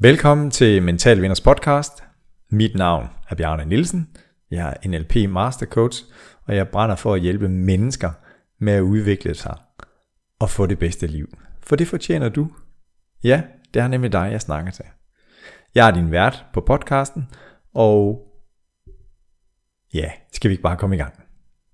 Velkommen til Mental Vinders podcast. Mit navn er Bjarne Nielsen. Jeg er NLP Mastercoach, og jeg brænder for at hjælpe mennesker med at udvikle sig og få det bedste liv. For det fortjener du. Ja, det er nemlig dig, jeg snakker til. Jeg er din vært på podcasten, og ja, skal vi ikke bare komme i gang?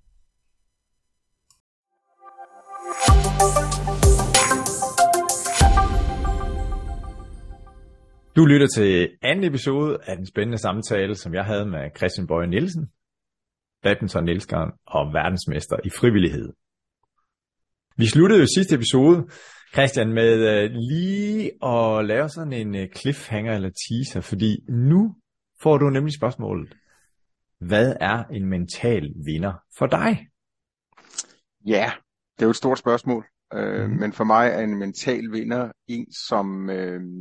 Du lytter til anden episode af den spændende samtale, som jeg havde med Christian Bøje Nielsen, badmintonelskeren og verdensmester i frivillighed. Vi sluttede jo sidste episode, Christian, med lige at lave sådan en cliffhanger eller teaser, fordi nu får du nemlig spørgsmålet: hvad er en mental vinder for dig? Ja, det er jo et stort spørgsmål, men for mig er en mental vinder en, som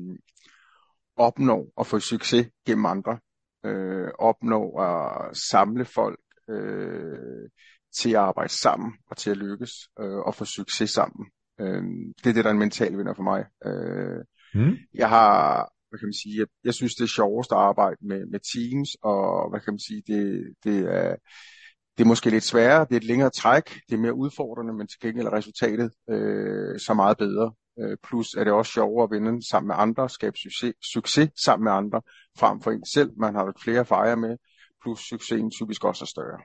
opnår at få succes gennem andre, opnår at samle folk til at arbejde sammen og til at lykkes og få succes sammen. Det er det, der er en mental vinder for mig. Jeg har, hvad kan man sige, jeg synes, det er sjovest at arbejde med teams, og hvad kan man sige, det er måske lidt sværere, det er et længere træk, det er mere udfordrende, men til gengæld er resultatet så meget bedre. Plus er det også sjovere at vinde sammen med andre, skabe succes sammen med andre, frem for en selv. Man har lidt flere at fejre med, plus succesen typisk også er større.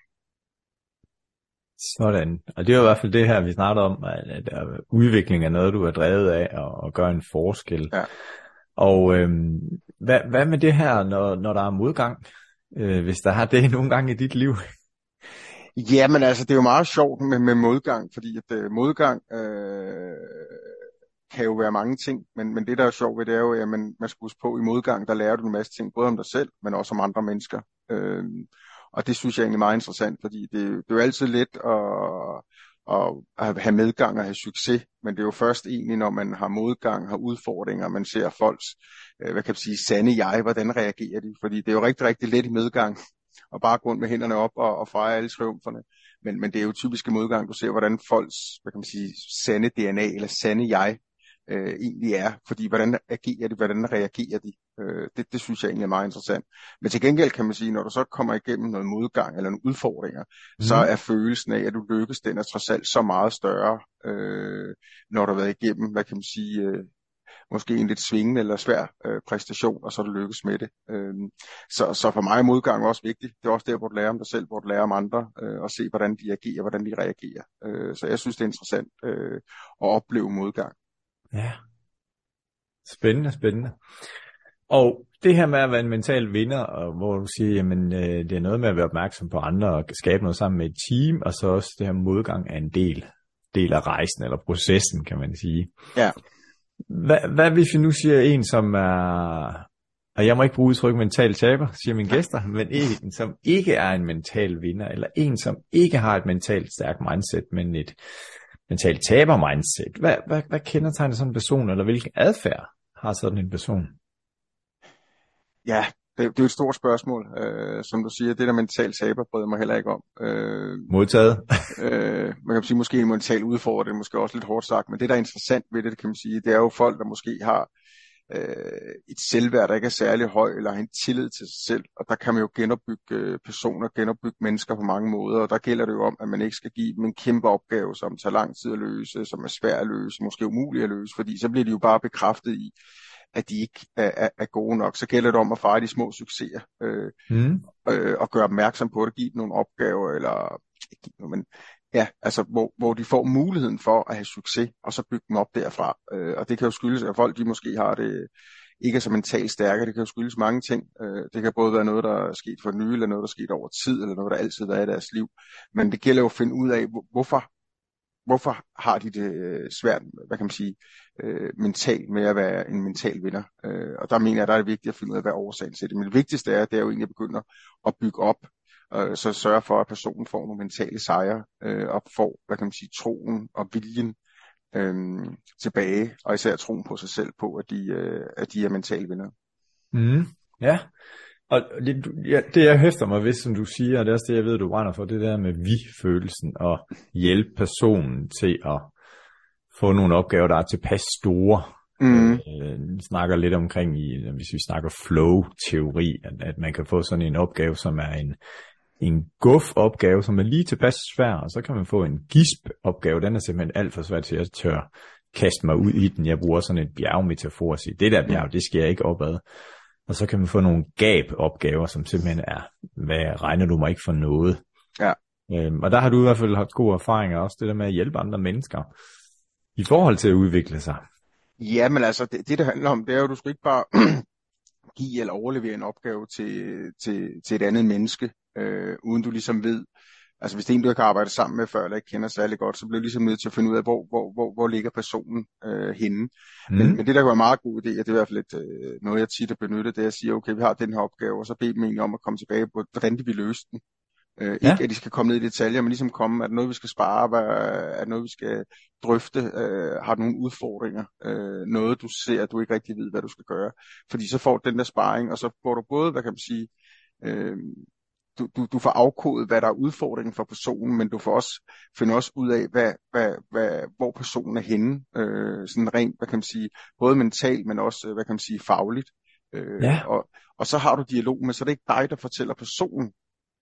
Sådan, og det er jo i hvert fald det her, vi snakker om, at udvikling er noget, du er drevet af og gør en forskel. Ja. Og hvad med det her, når der er modgang, hvis der har det nogle gange i dit liv? Jamen altså, det er jo meget sjovt med modgang, fordi at modgang kan jo være mange ting, men det der er sjovt ved det er jo, at man skal huske på, i modgang, der lærer du en masse ting, både om dig selv, men også om andre mennesker. Og det synes jeg egentlig er meget interessant, fordi det er jo altid let at have medgang og have succes, men det er jo først egentlig, når man har modgang, har udfordringer, man ser folks, hvad kan man sige, sande jeg, hvordan reagerer de, fordi det er jo rigtig, rigtig let i medgang, og bare gå rundt med hænderne op og fejre alle triumferne. Men det er jo typisk i modgang, du ser, hvordan folks, hvad kan man sige, sande DNA eller sande jeg egentlig er. Fordi hvordan agerer de, hvordan reagerer de? Det synes jeg egentlig er meget interessant. Men til gengæld kan man sige, når du så kommer igennem noget modgang eller nogle udfordringer, så er følelsen af, at du lykkes, den er trods alt så meget større, når du har været igennem, hvad kan man sige, måske en lidt svingende eller svær præstation, og så er du lykkes med det. Så for mig er modgang også vigtigt. Det er også der, hvor du lærer om dig selv, hvor du lærer om andre, og se, hvordan de agerer, hvordan de reagerer. Så jeg synes, det er interessant at opleve modgang. Ja, spændende. Og det her med at være en mental vinder, og hvor du siger, jamen det er noget med at være opmærksom på andre og skabe noget sammen med et team, og så også det her modgang er en del af rejsen, eller processen, kan man sige. Ja. Hvad hvis vi nu siger en, som er, og jeg må ikke bruge udtryk mental taber, siger mine gæster, men en, som ikke er en mental vinder, eller en, som ikke har et mentalt stærkt mindset, men et mentalt taber mindset. Hvad kendetegner sådan en person, eller hvilken adfærd har sådan en person? Ja, det er jo et stort spørgsmål. Som du siger, det der mentalt taber bryder mig heller ikke om. Modtaget. Man kan sige, måske en mental udfordring, det er måske også lidt hårdt sagt, men det der er interessant ved det, kan man sige, det er jo folk, der måske har et selvværd, der ikke er særlig høj, eller har en tillid til sig selv, og der kan man jo genopbygge personer, genopbygge mennesker på mange måder, og der gælder det jo om, at man ikke skal give dem en kæmpe opgave, som tager lang tid at løse, som er svær at løse, måske umulig at løse, fordi så bliver de jo bare bekræftet i, at de ikke er gode nok. Så gælder det om at fejre de små succeser, og gøre opmærksom på det, give dem nogle opgaver, eller men ja, altså hvor de får muligheden for at have succes, og så bygge dem op derfra. Og det kan jo skyldes, at folk de måske har det ikke er så mentalt stærke. Det kan jo skyldes mange ting. Det kan både være noget, der er sket for nylig, eller noget, der er sket over tid, eller noget, der altid har været i deres liv. Men det gælder jo at finde ud af, hvorfor har de det svært, hvad kan man sige, mentalt med at være en mental vinder. Og der mener jeg, der er det vigtigt at finde ud af, hvad årsagen til det. Men det vigtigste er jo egentlig at begynde at bygge op, så sørge for, at personen får nogle mentale sejre, og får, hvad kan man sige, troen og viljen tilbage, og især troen på sig selv på, at de er mentale vinder. Ja. Og det jeg hæfter mig ved, som du siger, og det er også det, jeg ved, du brænder for, det der med vi-følelsen, og hjælpe personen til at få nogle opgaver, der er tilpas store. Snakker lidt omkring, hvis vi snakker flow-teori, at man kan få sådan en opgave, som er en guf-opgave, som er lige tilpas svær, og så kan man få en gisp-opgave. Den er simpelthen alt for svær til, at jeg tør kaste mig ud i den. Jeg bruger sådan et bjergmetafor at sige, det der bjerg, det skal jeg ikke opad. Og så kan man få nogle gab-opgaver, som simpelthen er, hvad regner du mig ikke for noget? Ja. Og der har du i hvert fald haft gode erfaringer også, det der med at hjælpe andre mennesker i forhold til at udvikle sig. Ja, men altså, det handler om, det er jo, du skal ikke bare give eller overlevere en opgave til et andet menneske, uden du ligesom ved, altså hvis det er en, du ikke har arbejdet sammen med før, eller ikke kender særlig godt, så bliver du ligesom nødt til at finde ud af, hvor ligger personen henne. Men det, der kan være meget god idé, og det er i hvert fald noget, jeg tit har benyttet, det er at sige, okay, vi har den her opgave, og så bede dem egentlig om at komme tilbage på, hvordan de vil løse den. Ikke at de skal komme ned i detaljer, men ligesom komme, er det noget, vi skal spare, er det noget, vi skal drøfte, har du nogle udfordringer, noget du ser, at du ikke rigtig ved, hvad du skal gøre. Fordi så får du den der sparring, og så får du både, hvad kan man sige, du får afkodet, hvad der er udfordringen for personen, men du får også finder også ud af, hvor personen er henne, sådan rent, hvad kan man sige, både mentalt, men også, hvad kan man sige, fagligt. Og så har du dialog med, så det er ikke dig, der fortæller personen,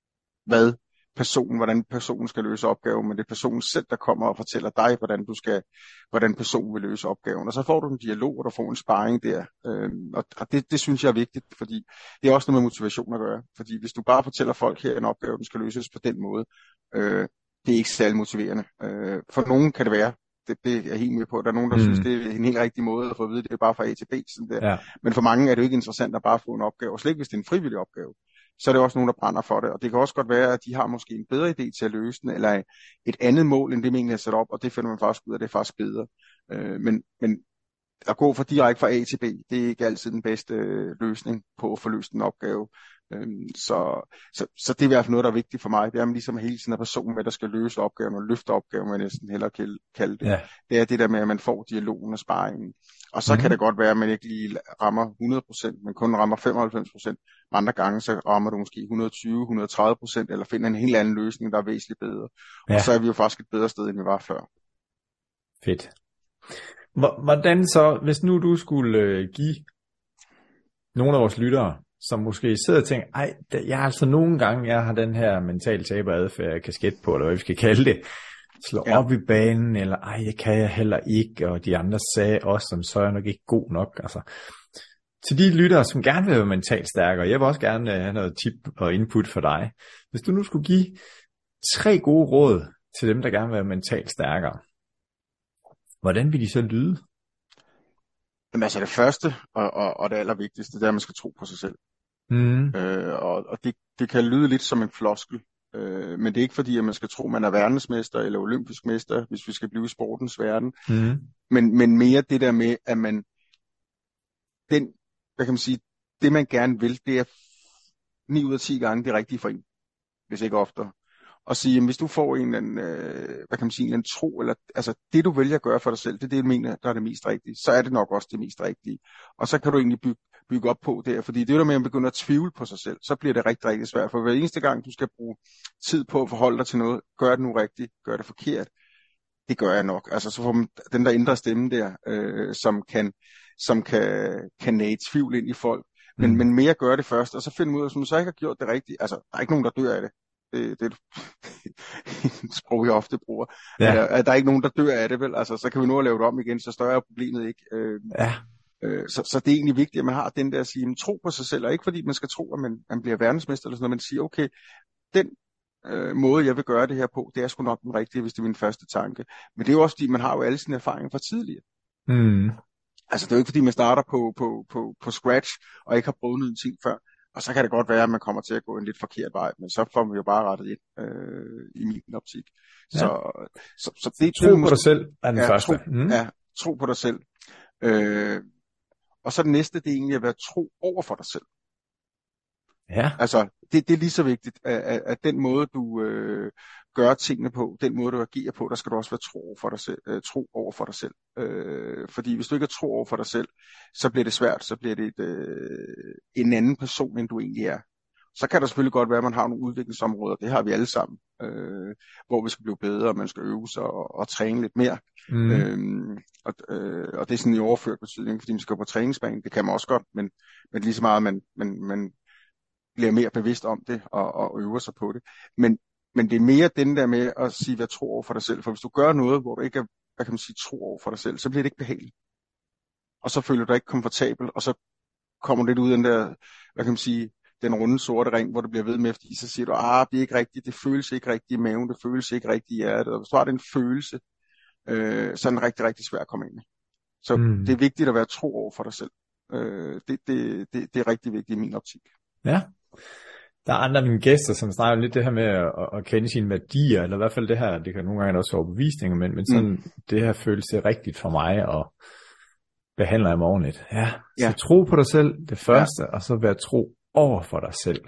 hvordan personen skal løse opgaven, men det er personen selv, der kommer og fortæller dig, hvordan personen vil løse opgaven. Og så får du en dialog, og du får en sparring der. Og det synes jeg er vigtigt, fordi det er også noget med motivation at gøre. Fordi hvis du bare fortæller folk her, en opgave, den skal løses på den måde, det er ikke særlig motiverende. For nogen kan det være. Det er jeg helt med på. Der er nogen, der synes, det er en helt rigtig måde at få at vide, det er bare fra A til B. Sådan der. Ja. Men for mange er det jo ikke interessant at bare få en opgave, og slet ikke hvis det er en frivillig opgave. Så er det også nogen, der brænder for det. Og det kan også godt være, at de har måske en bedre idé til at løse den, eller et andet mål, end det man egentlig har sat op, og det finder man faktisk ud af, det er faktisk bedre. Men at gå fra direkte fra A til B, det er ikke altid den bedste løsning på at få løst en opgave. Så det er i hvert fald noget, der er vigtigt for mig. Det er, at man ligesom hele tiden er personen med, der skal løse opgaven og løfte opgaven, man næsten hellere kalde det. Ja. Det er det der med, at man får dialogen og sparringen. Og så kan det godt være, at man ikke lige rammer 100%, men kun rammer 95%. Andre gange, så rammer du måske 120-130%, eller finder en helt anden løsning, der er væsentligt bedre. Ja. Og så er vi jo faktisk et bedre sted, end vi var før. Fedt. Hvordan så, hvis nu du skulle give nogle af vores lyttere, som måske sidder og tænker, jeg har altså nogle gange, jeg har den her mental taberadfærd kasket på, eller hvad vi skal kalde det, slå op i banen, eller det kan jeg heller ikke, og de andre sagde også, så er jeg nok ikke god nok. Altså, til de lyttere, som gerne vil være mentalt stærkere, jeg vil også gerne have noget tip og input for dig. Hvis du nu skulle give 3 gode råd til dem, der gerne vil være mentalt stærkere, hvordan vil de så lyde? Jamen altså det første, og det allervigtigste, det er, at man skal tro på sig selv. Og det kan lyde lidt som en floskel, men det er ikke fordi, at man skal tro, at man er verdensmester eller olympisk mester, hvis vi skal blive i sportens verden. Men mere det der med, at man, hvad kan man sige, det man gerne vil, det er 9 ud af 10 gange det rigtige for en, hvis ikke oftere. Og sige, jamen, hvis du får en eller anden, hvad kan man sige, en eller anden tro, eller altså det du vælger at gøre for dig selv, det er det, du mener, der er det mest rigtige, så er det nok også det mest rigtige. Og så kan du egentlig bygge op på det, fordi det er der med, at man begynder at tvivle på sig selv, så bliver det rigtig, rigtig svært. For hver eneste gang, du skal bruge tid på at forholde dig til noget, gør det nu rigtigt, gør det forkert, det gør jeg nok. Altså så får man den der indre stemme der, som kan nage tvivl ind i folk. Men mere gør det først, og så finder man ud af, at man så ikke har gjort det rigtigt. Altså, der er ikke nogen, der dør af det. Det er et sprog, jeg ofte bruger. At der er ikke nogen, der dør af det, vel? Altså, så kan vi nu lave det om igen, så større er problemet ikke. Så det er egentlig vigtigt, at man har den der at sige, tro på sig selv, og ikke fordi man skal tro, at man bliver verdensmester, eller sådan noget, man siger, okay, den måde, jeg vil gøre det her på, det er sgu nok den rigtige, hvis det er min første tanke. Men det er jo også, fordi man har jo alle sine erfaringer fra tidligere. Altså, det er jo ikke, fordi man starter på scratch, og ikke har prøvet noget ting før. Og så kan det godt være, at man kommer til at gå en lidt forkert vej, men så får vi jo bare rettet ind i min optik. Så det tro på dig selv er den første. Tro på dig selv. Og så det næste, det er egentlig at være tro over for dig selv. Ja. Altså, det er lige så vigtigt, at den måde, du gør tingene på, den måde, du agerer på, der skal du også være tro over for dig selv. Fordi hvis du ikke er tro over for dig selv, så bliver det svært, så bliver det en anden person, end du egentlig er. Så kan der selvfølgelig godt være, at man har nogle udviklingsområder, det har vi alle sammen, hvor vi skal blive bedre, og man skal øve sig og træne lidt mere. Og det er sådan i overført betydning, fordi man skal på træningsbanen. Det kan man også godt, men lige så meget, man bliver mere bevidst om det og øver sig på det. Men det er mere den der med at sige, hvad tro over for dig selv. For hvis du gør noget, hvor du ikke er, hvad kan man sige, tro over for dig selv, så bliver det ikke behageligt. Og så føler du dig ikke komfortabel, og så kommer lidt ud af den der, hvad kan man sige, den runde sorte ring, hvor du bliver ved med, fordi så siger du, det er ikke rigtigt, det føles ikke rigtigt i maven, det føles ikke rigtigt i hjertet. Og hvis du har den følelse, så er den rigtig, rigtig svær at komme ind med. Så det er vigtigt at være tro over for dig selv. Det er rigtig vigtigt i min optik. Ja. Der er andre af mine gæster, som snakker lidt det her med at kende sine værdier, eller i hvert fald det her, det kan nogle gange også være overbevisninger, men sådan, det her føles det rigtigt for mig, og behandler jeg ordentligt. Så tro på dig selv, det første, og så være tro over for dig selv.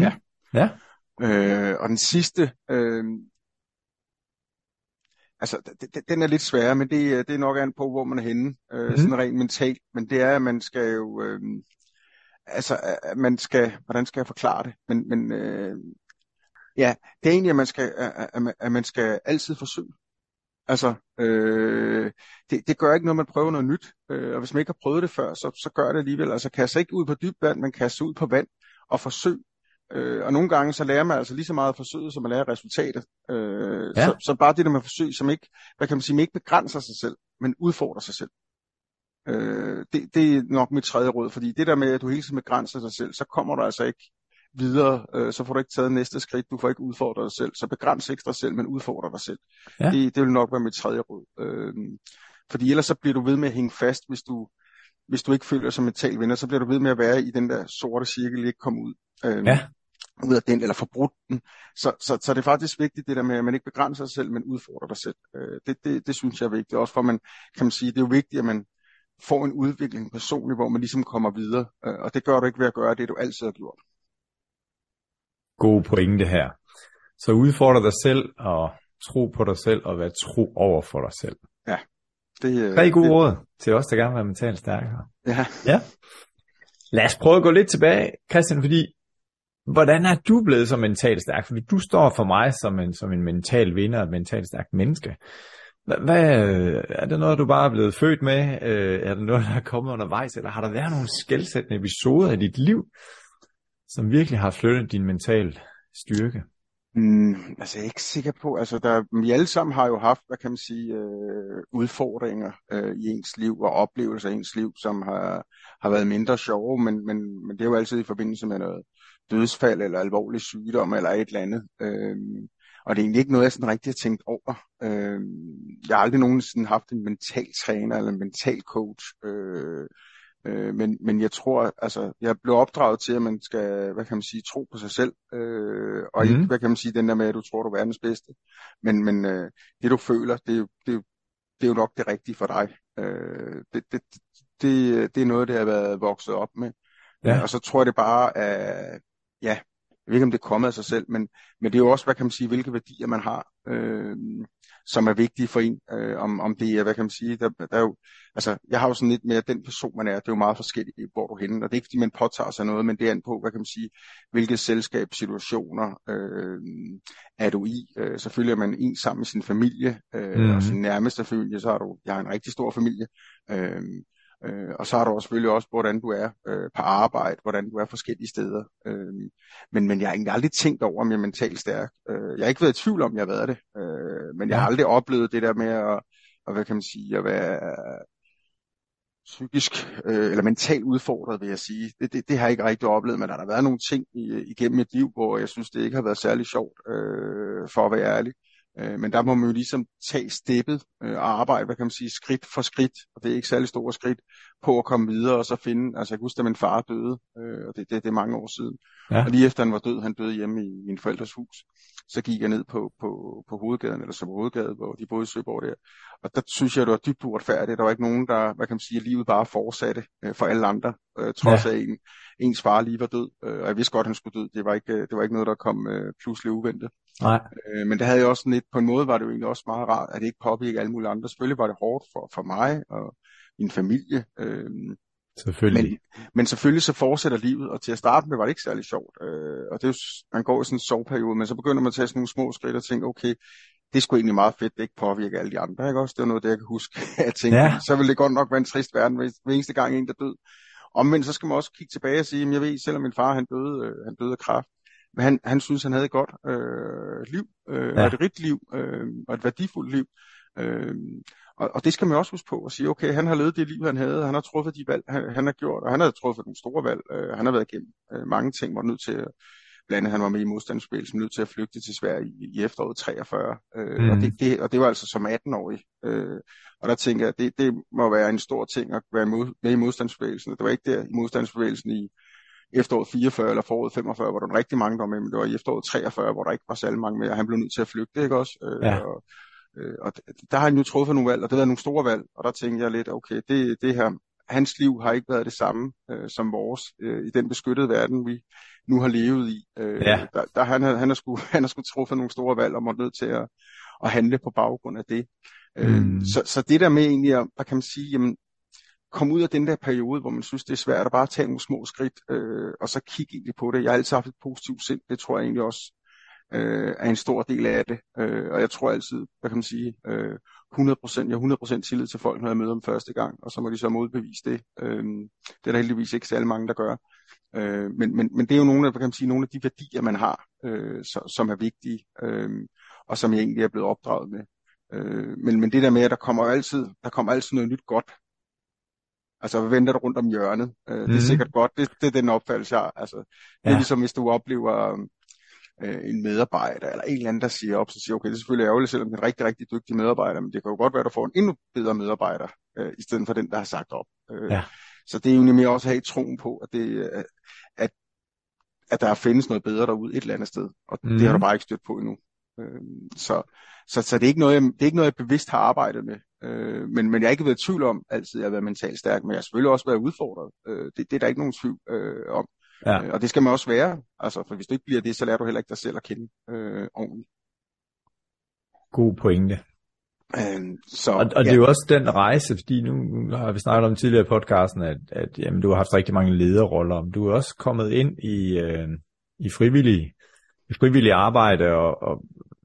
Og den sidste, den er lidt sværere, men det er nok an på, hvor man er henne, sådan rent mentalt, men det er, at man skal jo, hvordan skal jeg forklare det? Men det er egentlig, at man skal altid forsøge. Det gør ikke noget, man prøver noget nyt, og hvis man ikke har prøvet det før, så gør det alligevel. Altså kaste ikke ud på dybt vand, man kaster ud på vand og forsøg. Og nogle gange så lærer man altså lige så meget forsøget, som man lærer resultatet. Så bare det der med forsøg, som ikke, hvad kan man sige, ikke begrænser sig selv, men udfordrer sig selv. Det er nok mit tredje råd, fordi det der med, at du hele tiden begrænser dig selv, så kommer du altså ikke videre, så får du ikke taget næste skridt, du får ikke udfordret dig selv, så begræns ikke dig selv, men udfordrer dig selv. Det vil nok være mit tredje råd. Fordi ellers så bliver du ved med at hænge fast, hvis du ikke føler dig som mental vinder, så bliver du ved med at være i den der sorte cirkel, ikke komme ud. Ud af den, eller forbrudt den. Så det er faktisk vigtigt, det der med, at man ikke begrænser sig selv, men udfordrer dig selv. Det synes jeg er vigtigt. Også for man, kan man sige, det er jo vigtigt, at man får en udvikling personligt, hvor man ligesom kommer videre. Og det gør du ikke ved at gøre det, du altid har gjort. God pointe her. Så udfordre dig selv, og tro på dig selv, og være tro over for dig selv. Ja. Tre gode råd til os, der gerne vil være mentalt stærkere. Ja. Lad os prøve at gå lidt tilbage, Christian, fordi hvordan er du blevet så mentalt stærk? Fordi du står for mig som en mental vinder, et mentalt stærkt menneske. Er det noget, du bare er blevet født med? Er det noget, der er kommet undervejs? Eller har der været nogle skelsættende episoder i dit liv, som virkelig har flyttet din mentale styrke? Jeg er ikke sikker på. Vi alle sammen har jo haft, hvad kan man sige, udfordringer i ens liv og oplevelser i ens liv, som har været mindre sjove, men det er jo altid i forbindelse med noget dødsfald eller alvorlig sygdom eller et eller andet. Og det er egentlig ikke noget, jeg sådan rigtig har tænkt over. Jeg har aldrig nogensinde haft en mental træner eller en mental coach. Men jeg tror, jeg blev opdraget til, at man skal, hvad kan man sige, tro på sig selv, og ikke, hvad kan man sige, den der med, at du tror, du er verdens bedste. Men det du føler, det er jo nok det rigtige for dig. Det er noget, det har været vokset op med. Og så tror jeg det bare, at jeg ved ikke, om det er kommet af sig selv, men det er jo også, hvad kan man sige, hvilke værdier man har, som er vigtige for en, om det er, hvad kan man sige, der er jo, jeg har jo sådan lidt mere, den person man er, det er jo meget forskelligt, hvor du er henne, og det er ikke, fordi man påtager sig noget, men det er an på, hvad kan man sige, hvilke selskabssituationer er du i. Selvfølgelig er man en sammen med sin familie, og sin nærmeste familie, jeg har en rigtig stor familie, og så har du selvfølgelig også, hvordan du er på arbejde, hvordan du er forskellige steder. Men jeg har egentlig aldrig tænkt over, om jeg er mentalt stærk. Jeg har ikke været i tvivl om, jeg har været det. Men jeg har aldrig oplevet det der med at hvad kan man sige, at være psykisk eller mentalt udfordret, vil jeg sige. Det har jeg ikke rigtig oplevet, men der har været nogle ting igennem mit liv, hvor jeg synes, det ikke har været særlig sjovt, for at være ærlig. Men der må man jo ligesom tage steppet og arbejde, hvad kan man sige, skridt for skridt, og det er ikke særlig store skridt, på at komme videre og så finde, jeg kan huske, da min far døde, og det er mange år siden, og lige efter han var død, han døde hjemme i min forældres hus, så gik jeg ned på hovedgaden, eller som hovedgade, hvor de boede i Søborg der, og der synes jeg, det var dybt uretfærdigt. Der var ikke nogen, der, hvad kan man sige, livet bare fortsatte for alle andre, trods af ens far lige var død, og jeg vidste godt, han skulle dø. Det var ikke noget, der kom pludselig uventet. Nej. Men det havde jeg også lidt, på en måde var det jo egentlig også meget rart, at det ikke påvirkede alle mulige andre. Selvfølgelig var det hårdt for mig og min familie. Selvfølgelig. Men selvfølgelig så fortsætter livet, og til at starte med var det ikke særlig sjovt. Og det er jo, man går i sådan en soveperiode, men så begynder man at tage sådan nogle små skridt og tænke, okay, det er sgu egentlig meget fedt, det ikke påvirker alle de andre, ikke også? Det var noget, det jeg kan huske. Jeg tænkte, Ja. så ville det godt nok være en trist verden, hver eneste gang en, der død. Omvendt, så skal man også kigge tilbage og sige, at jeg ved, selvom min far, han døde af kræft, men han synes, han havde et godt liv, og et rigt liv, og et værdifuldt liv. Og det skal man også huske på og sige, okay, han har levet det liv, han havde, han har truffet de valg, han har gjort, og han har truffet nogle store valg. Han har været igennem mange ting, var nødt til at, blandt andet han var med i modstandsbevægelsen, nødt til at flygte til Sverige i efteråret 43. Og det var altså som 18-årig. Og der tænker jeg, det må være en stor ting at være med i modstandsbevægelsen. Det var ikke der i modstandsbevægelsen i efteråret 44 eller foråret 45, hvor der var rigtig mange, der var med, men det var i efteråret 43, hvor der ikke var særlig mange med, og han blev nødt til at flygte, ikke også? Og der har han jo truffet nogle valg, og det har været nogle store valg, og der tænker jeg lidt, okay, det her, hans liv har ikke været det samme som vores, i den beskyttede verden, vi nu har levet i. Han har sgu truffet nogle store valg, og måtte nødt til at handle på baggrund af det. Så det der med egentlig, der kan man sige, jamen, kom ud af den der periode, hvor man synes, det er svært at bare tage nogle små skridt, og så kigge egentlig på det. Jeg har altid haft et positivt sind, det tror jeg egentlig også er en stor del af det. Og jeg tror altid, hvad kan man sige, 100%, jeg har 100% tillid til folk, når jeg møder dem første gang, og så må de så modbevise det. Det er der heldigvis ikke særlig mange, der gør. Men det er jo nogle af, hvad kan man sige, nogle af de værdier, man har, som er vigtige, og som jeg egentlig er blevet opdraget med. Men det der med, at der kommer altid noget nyt godt. Altså, hvad venter du rundt om hjørnet? Det er sikkert godt. Det er den opfattelse, jeg har. Altså, det er ligesom, hvis du oplever en medarbejder, eller en eller anden, der siger op, så siger okay, det er selvfølgelig ærgerligt, selvom det er en rigtig, rigtig dygtig medarbejder, men det kan jo godt være, at du får en endnu bedre medarbejder, i stedet for den, der har sagt op. Så det er jo mere også at have troen på, at der findes noget bedre derude et eller andet sted, og det har du bare ikke stødt på endnu. Så det er ikke noget, jeg bevidst har arbejdet med. Men jeg har ikke været i tvivl om altid, at jeg har været mentalt stærk, men jeg har selvfølgelig også været udfordret. Det er der ikke nogen tvivl om. Og det skal man også være, altså, for hvis du ikke bliver det, så lærer du heller ikke dig selv at kende ordentligt. God pointe. Og det er jo også den rejse, fordi nu har vi snakket om tidligere i podcasten, at jamen, du har haft rigtig mange lederroller, men du er også kommet ind i frivillig arbejde, og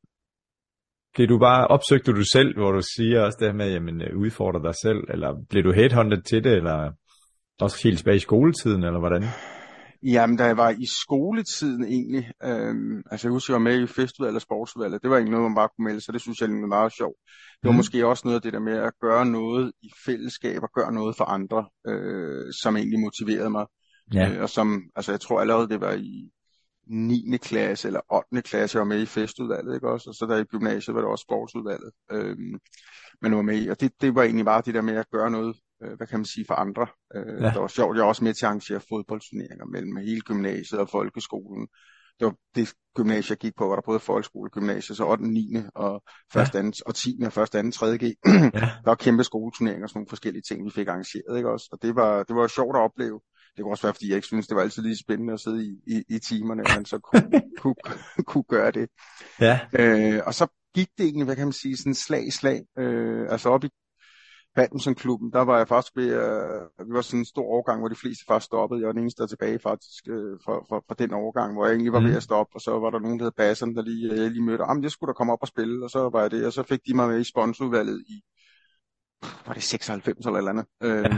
opsøgte du selv, hvor du siger også det her med, jamen, udfordre dig selv, eller blev du headhunted til det, eller også helt tilbage i skoletiden, eller hvordan? Jamen, da jeg var i skoletiden egentlig, altså jeg husker, jeg var med i festudvalget og sportsudvalget, det var egentlig noget, man bare kunne melde sig, det synes jeg var meget sjovt. Det var måske også noget af det der med at gøre noget i fællesskab og gøre noget for andre, som egentlig motiverede mig. Og som, altså jeg tror allerede, det var i 9. klasse eller 8. klasse, jeg var med i festudvalget, ikke også? Og så der i gymnasiet var det også sportsudvalget, man var med i. Og det var egentlig bare det der med at gøre noget, hvad kan man sige, for andre. Det var sjovt. Jeg var også med til at arrangere fodboldturneringer mellem hele gymnasiet og folkeskolen. Det var det gymnasie, jeg gik på, var der både folkeskole og gymnasie, så 8., 9. og 1., og 10. og 1., 2., 3. G. Der var kæmpe skoleturneringer og sådan nogle forskellige ting, vi fik arrangeret, ikke også? Og det var sjovt at opleve. Det kunne også være, fordi jeg ikke synes, det var altid lige spændende at sidde i timerne, man så kunne gøre det. Og så gik det egentlig, hvad kan man sige, sådan slag i slag. Altså op i badmintonklubben, der var jeg faktisk ved, vi var sådan en stor årgang, hvor de fleste faktisk stoppede. Jeg var den eneste, der tilbage faktisk fra den årgang, hvor jeg egentlig var ved at stoppe, og så var der nogen, der hed Basserne, der lige mødte, jeg skulle da komme op og spille, og så var jeg det, og så fik de mig med i sponsorudvalget i, var det 96 eller andet,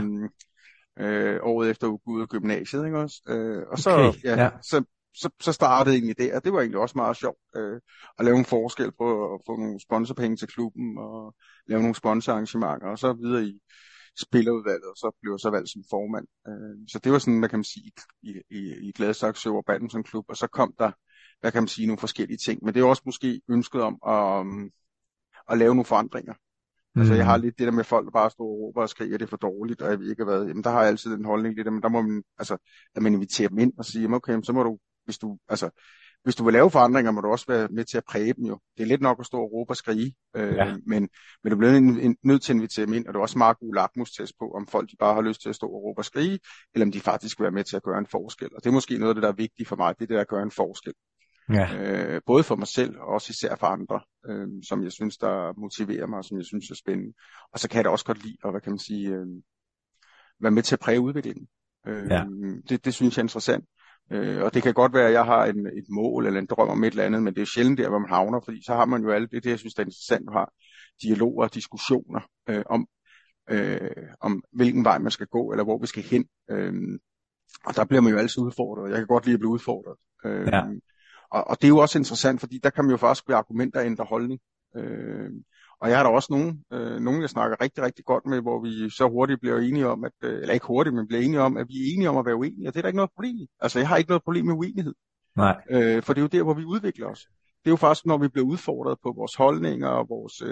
året efter ud af gymnasiet, ikke også? Og så, så startede egentlig det, og det var egentlig også meget sjovt at lave en forskel på at få nogle sponsorpenge til klubben, og lave nogle sponsorarrangementer, og så videre i spillerudvalget, og så blev jeg så valgt som formand. Så det var sådan, hvad kan man sige, i Gladsaxe og badmintonklub, og så kom der, hvad kan man sige, nogle forskellige ting, men det er også måske ønsket om at lave nogle forandringer. Altså jeg har lidt det der med folk, der bare står og råber og skriger, det er for dårligt, og jeg ved ikke hvad. Jamen der har jeg altid den holdning lidt, men der må man, altså, at man inviterer dem ind og sige, okay, så må du, hvis du vil lave forandringer, må du også være med til at præge dem jo. Det er lidt nok at stå og råbe og skrige, men du bliver nødt til at invitere dem ind, og det er også meget god lakmustest på, om folk de bare har lyst til at stå og råbe og skrige, eller om de faktisk vil være med til at gøre en forskel. Og det er måske noget af det, der er vigtigt for mig, det er det, der gør en forskel. Både for mig selv, og også især for andre, som jeg synes, der motiverer mig, og som jeg synes er spændende. Og så kan jeg da også godt lide at, hvad kan man sige, være med til at præge udviklingen. Det synes jeg er interessant. Og det kan godt være, at jeg har et mål eller en drøm om et eller andet, men det er jo sjældent der, hvor man havner, fordi så har man jo alt det, jeg synes, det er interessant at have dialoger og diskussioner om hvilken vej man skal gå, eller hvor vi skal hen. Og der bliver man jo altid udfordret. Jeg kan godt lide at blive udfordret. Ja. Og det er jo også interessant, fordi der kan man jo faktisk ved argumenter ændre holdning. Og jeg har da også nogen, jeg snakker rigtig, rigtig godt med, hvor vi så hurtigt bliver enige om, eller ikke hurtigt, men bliver enige om, at vi er enige om at være uenige, og det er der ikke noget problem i. Altså, jeg har ikke noget problem med uenighed. Nej. For det er jo der, hvor vi udvikler os. Det er jo faktisk, når vi bliver udfordret på vores holdninger og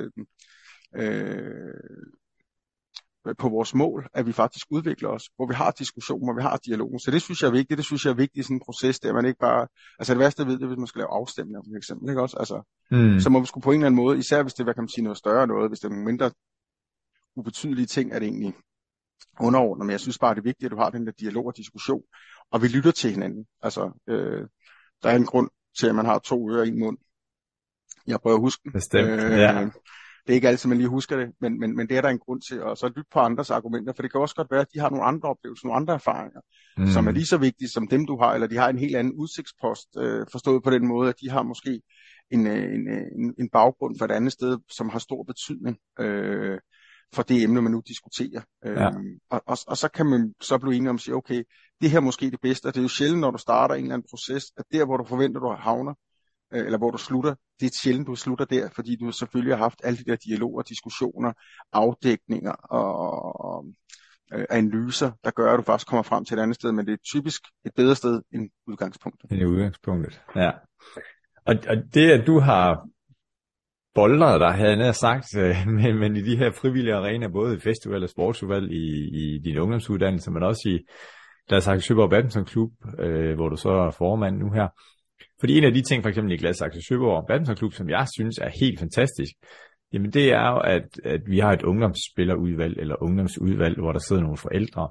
på vores mål, at vi faktisk udvikler os, hvor vi har diskussioner, hvor vi har dialogen. Så det synes jeg er vigtigt. Det synes jeg er vigtigt i sådan en proces, der man ikke bare... Altså det værste, jeg ved, det er, hvis man skal lave afstemninger, for eksempel, ikke også? Altså, så må vi sgu på en eller anden måde, især hvis det er, hvad kan man sige, noget større noget, hvis det er nogle mindre ubetydelige ting, er det egentlig underordnet. Men jeg synes bare, det er vigtigt, at du har den der dialog og diskussion, og vi lytter til hinanden. Altså, der er en grund til, at man har 2 ører og 1 mund. Jeg prøver at huske den. Bestemt, ja. Det er ikke altid, man lige husker det, men det er der en grund til. Og så lytte på andres argumenter, for det kan også godt være, at de har nogle andre oplevelser, nogle andre erfaringer, som er lige så vigtige som dem, du har, eller de har en helt anden udsigtspost, forstået på den måde, at de har måske en baggrund for et andet sted, som har stor betydning for det emne, man nu diskuterer. Ja. Og så kan man så blive enige om at sige, okay, det her er måske det bedste, og det er jo sjældent, når du starter en eller anden proces, at der, hvor du forventer, du havner, eller hvor du slutter, det er sjældent, du slutter der, fordi du selvfølgelig har haft alle de der dialoger, diskussioner, afdækninger og analyser, der gør, at du faktisk kommer frem til et andet sted, men det er typisk et bedre sted end udgangspunktet. End udgangspunktet, ja. Og det, at du har boldret dig, havde jeg sagt, men i de her frivillige arenaer, både i festival og sportsudvalg, i din ungdomsuddannelse, men også i Gladsaxe Søborg Badminton Klub, hvor du så er formand nu her. Fordi en af de ting, for eksempel i Gladsaxe Søborg Badminton Klub, som jeg synes er helt fantastisk, jamen det er jo, at vi har et ungdomsspillerudvalg, eller ungdomsudvalg, hvor der sidder nogle forældre.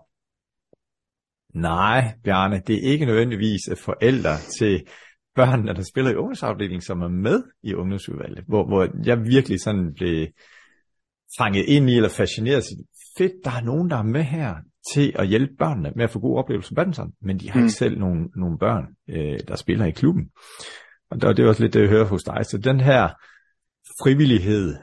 Nej, Bjarne, det er ikke nødvendigvis forældre til børnene, der spiller i ungdomsafdelingen, som er med i ungdomsudvalget, hvor jeg virkelig sådan blev fanget ind i, eller fascineret. Fedt, der er nogen, der er med her til at hjælpe børnene med at få gode oplevelser på badminton, men de har ikke selv nogle børn, der spiller i klubben. Og det er også lidt det, jeg hører hos dig. Så den her frivillighed,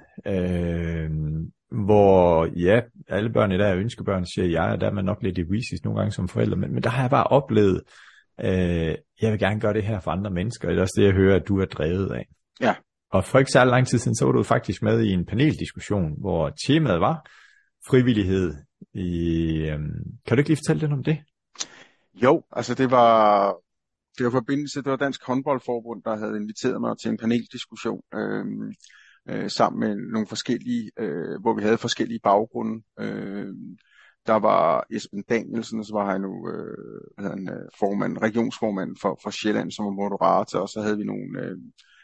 hvor ja, alle børn i dag er ønskebørn, siger jeg, og der er man nok lidt egoistisk nogle gange som forældre, men der har jeg bare oplevet, jeg vil gerne gøre det her for andre mennesker, og det er også det, jeg hører, at du er drevet af. Ja. Og for ikke særlig lang tid siden, så var du faktisk med i en paneldiskussion, hvor temaet var frivillighed. Kan du ikke lige fortælle lidt om det? Jo, altså det var forbindelse, det var Dansk Håndboldforbund, der havde inviteret mig til en paneldiskussion sammen med nogle forskellige, hvor vi havde forskellige baggrunde. Der var Esben Danielsen, og så var han nu regionsformand for Sjælland, som var moderator, og så havde vi nogle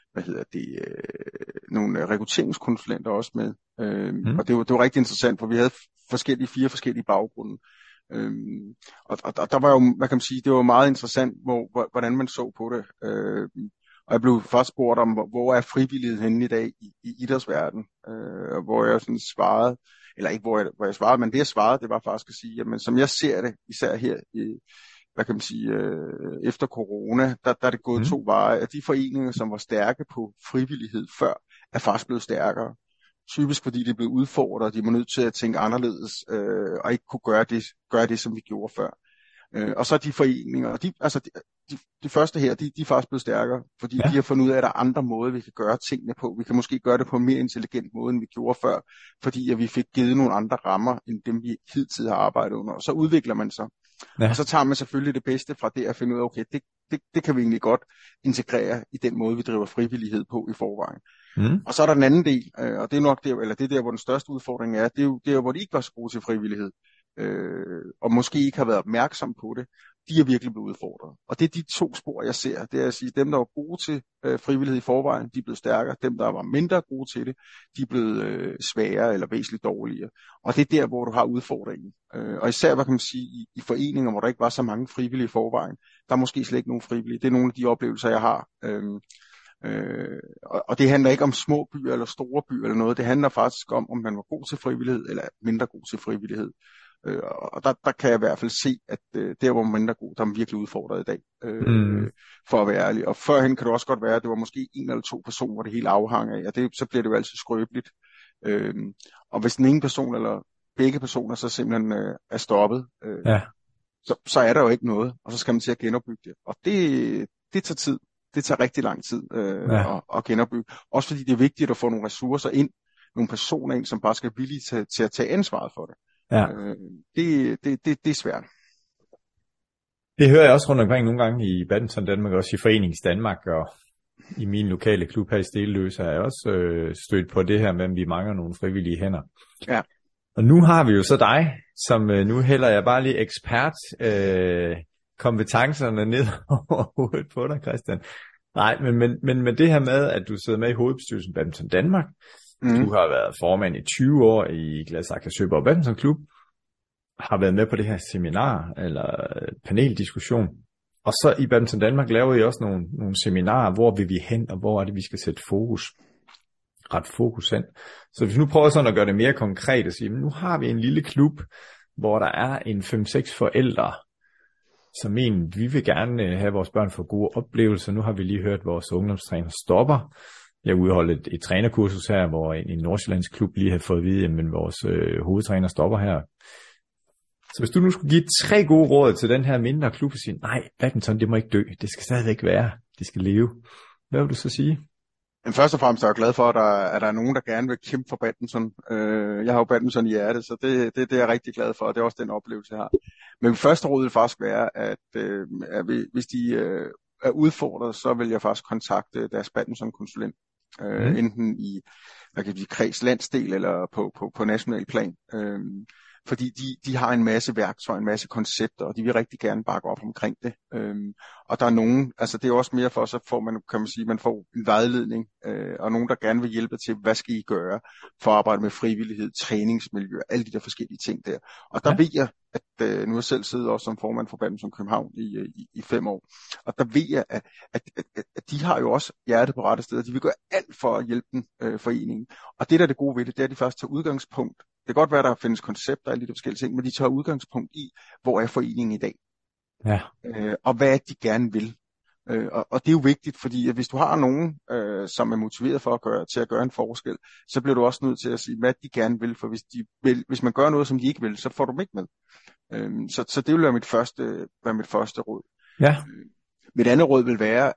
nogle rekrutteringskonsulenter også med. Og det var rigtig interessant, for vi havde 4 forskellige baggrunde. Og der var jo, hvad kan man sige, det var meget interessant, hvordan man så på det. Og jeg blev først spurgt om, hvor er frivillighed henne i dag i idrætsverdenen, hvor jeg sådan svarede, eller ikke hvor jeg svarede, men det jeg svarede, det var faktisk at sige, jamen som jeg ser det, især her hvad kan man sige, efter corona, der er det gået 2 veje, at de foreninger, som var stærke på frivillighed før, er faktisk blevet stærkere. Typisk fordi de blev udfordret, de var nødt til at tænke anderledes, og ikke kunne gøre det, som vi gjorde før. Og så de foreninger, de første her, de er faktisk blevet stærkere, fordi de har fundet ud af, at der er andre måder, vi kan gøre tingene på. Vi kan måske gøre det på en mere intelligent måde, end vi gjorde før, fordi at vi fik givet nogle andre rammer, end dem vi hidtil har arbejdet under. Og så udvikler man sig. Ja. Og så tager man selvfølgelig det bedste fra det at finde ud af, okay, det kan vi egentlig godt integrere i den måde, vi driver frivillighed på i forvejen. Og så er der den anden del, og det er nok der, hvor den største udfordring er, det er jo der, hvor de ikke var så gode til frivillighed, og måske ikke har været opmærksom på det, de er virkelig blevet udfordret. Og det er de 2 spor, jeg ser. Det er at sige, dem, der var gode til frivillighed i forvejen, de er blevet stærkere. Dem, der var mindre gode til det, de er blevet svagere eller væsentligt dårligere. Og det er der, hvor du har udfordringen. Og især, hvad kan man sige, i foreninger, hvor der ikke var så mange frivillige i forvejen, der er måske slet ikke nogen frivillige. Det er nogle af de oplevelser, jeg har. Og det handler ikke om små byer eller store byer eller noget. Det handler faktisk om man var god til frivillighed eller mindre god til frivillighed. Og der kan jeg i hvert fald se, at der hvor man er god, der er man virkelig udfordret i dag, for at være ærlig. Og førhen kan det også godt være, at det var måske en eller to personer, hvor det hele afhang af, og så bliver det jo altid skrøbeligt. Og hvis den ene person eller begge personer så simpelthen er stoppet, så er der jo ikke noget, og så skal man til at genopbygge det. Og det tager tid. Det tager rigtig lang tid at genopbygge. Også fordi det er vigtigt at få nogle ressourcer ind, nogle personer ind, som bare skal være villige til at tage ansvaret for det. Ja. Det er svært. Det hører jeg også rundt omkring nogle gange i Badminton Danmark, også i Forenings Danmark, og i min lokale klub her i Stenløse er jeg også stødt på det her med, at vi mangler nogle frivillige hænder. Ja. Og nu har vi jo så dig, som nu hælder jeg bare lige ekspert kompetencerne ned over hovedet på dig, Christian. Nej, men det her med, at du sidder med i hovedbestyrelsen Badminton Danmark, du har været formand i 20 år i Gladsaxe Søborg Badminton Klub, har været med på det her seminar eller paneldiskussion, og så i Badminton Danmark laver I også nogle seminarer, hvor vil vi hen, og hvor er det, vi skal sætte ret fokus hen. Så hvis vi nu prøver sådan at gøre det mere konkret og sige, nu har vi en lille klub, hvor der er en 5-6 forældre, som vi vil gerne have vores børn få gode oplevelser. Nu har vi lige hørt vores ungdomstræner Stopper. Jeg udholdt et trænerkursus her, hvor en nordsjællandsk klub lige har fået at vide, at vores hovedtræner Stopper her. Så hvis du nu skulle give 3 gode råd til den her mindre klub og sige, nej, badminton, det må ikke dø, det skal stadigvæk være, det skal leve. Hvad vil du så sige? Men først og fremmest er jeg glad for, at der er nogen, der gerne vil kæmpe for badminton. Jeg har jo badminton i hjertet, så det er jeg rigtig glad for, og det er også den oplevelse, jeg har. Men første råd vil faktisk være, at hvis de er udfordret, så vil jeg faktisk kontakte deres badmintonkonsulent. Enten i kreds, landsdel eller på national plan. Fordi de har en masse værktøjer, en masse koncepter, og de vil rigtig gerne bakke op omkring det. Og der er nogen, altså det er også mere for, så får man, kan man sige, man får en vejledning, og nogen, der gerne vil hjælpe til, hvad skal I gøre for at arbejde med frivillighed, træningsmiljø, alle de der forskellige ting der. Og der ved jeg, at nu har jeg selv siddet også som formand for Badminton København i 5 år, og der ved jeg, at de har jo også hjertet på rette sted, de vil gøre alt for at hjælpe den foreningen. Og det der er det gode ved det, det er, at de faktisk tager udgangspunkt. Det kan godt være, at der findes koncepter og alle de forskellige ting, men de tager udgangspunkt i, hvor er foreningen i dag. Ja. Og hvad er de gerne vil. Og det er jo vigtigt, fordi at hvis du har nogen, som er motiveret for til at gøre en forskel, så bliver du også nødt til at sige, hvad de gerne vil, for hvis man gør noget, som de ikke vil, så får du dem ikke med. Så det vil være mit første råd. Ja. Mit andet råd vil være,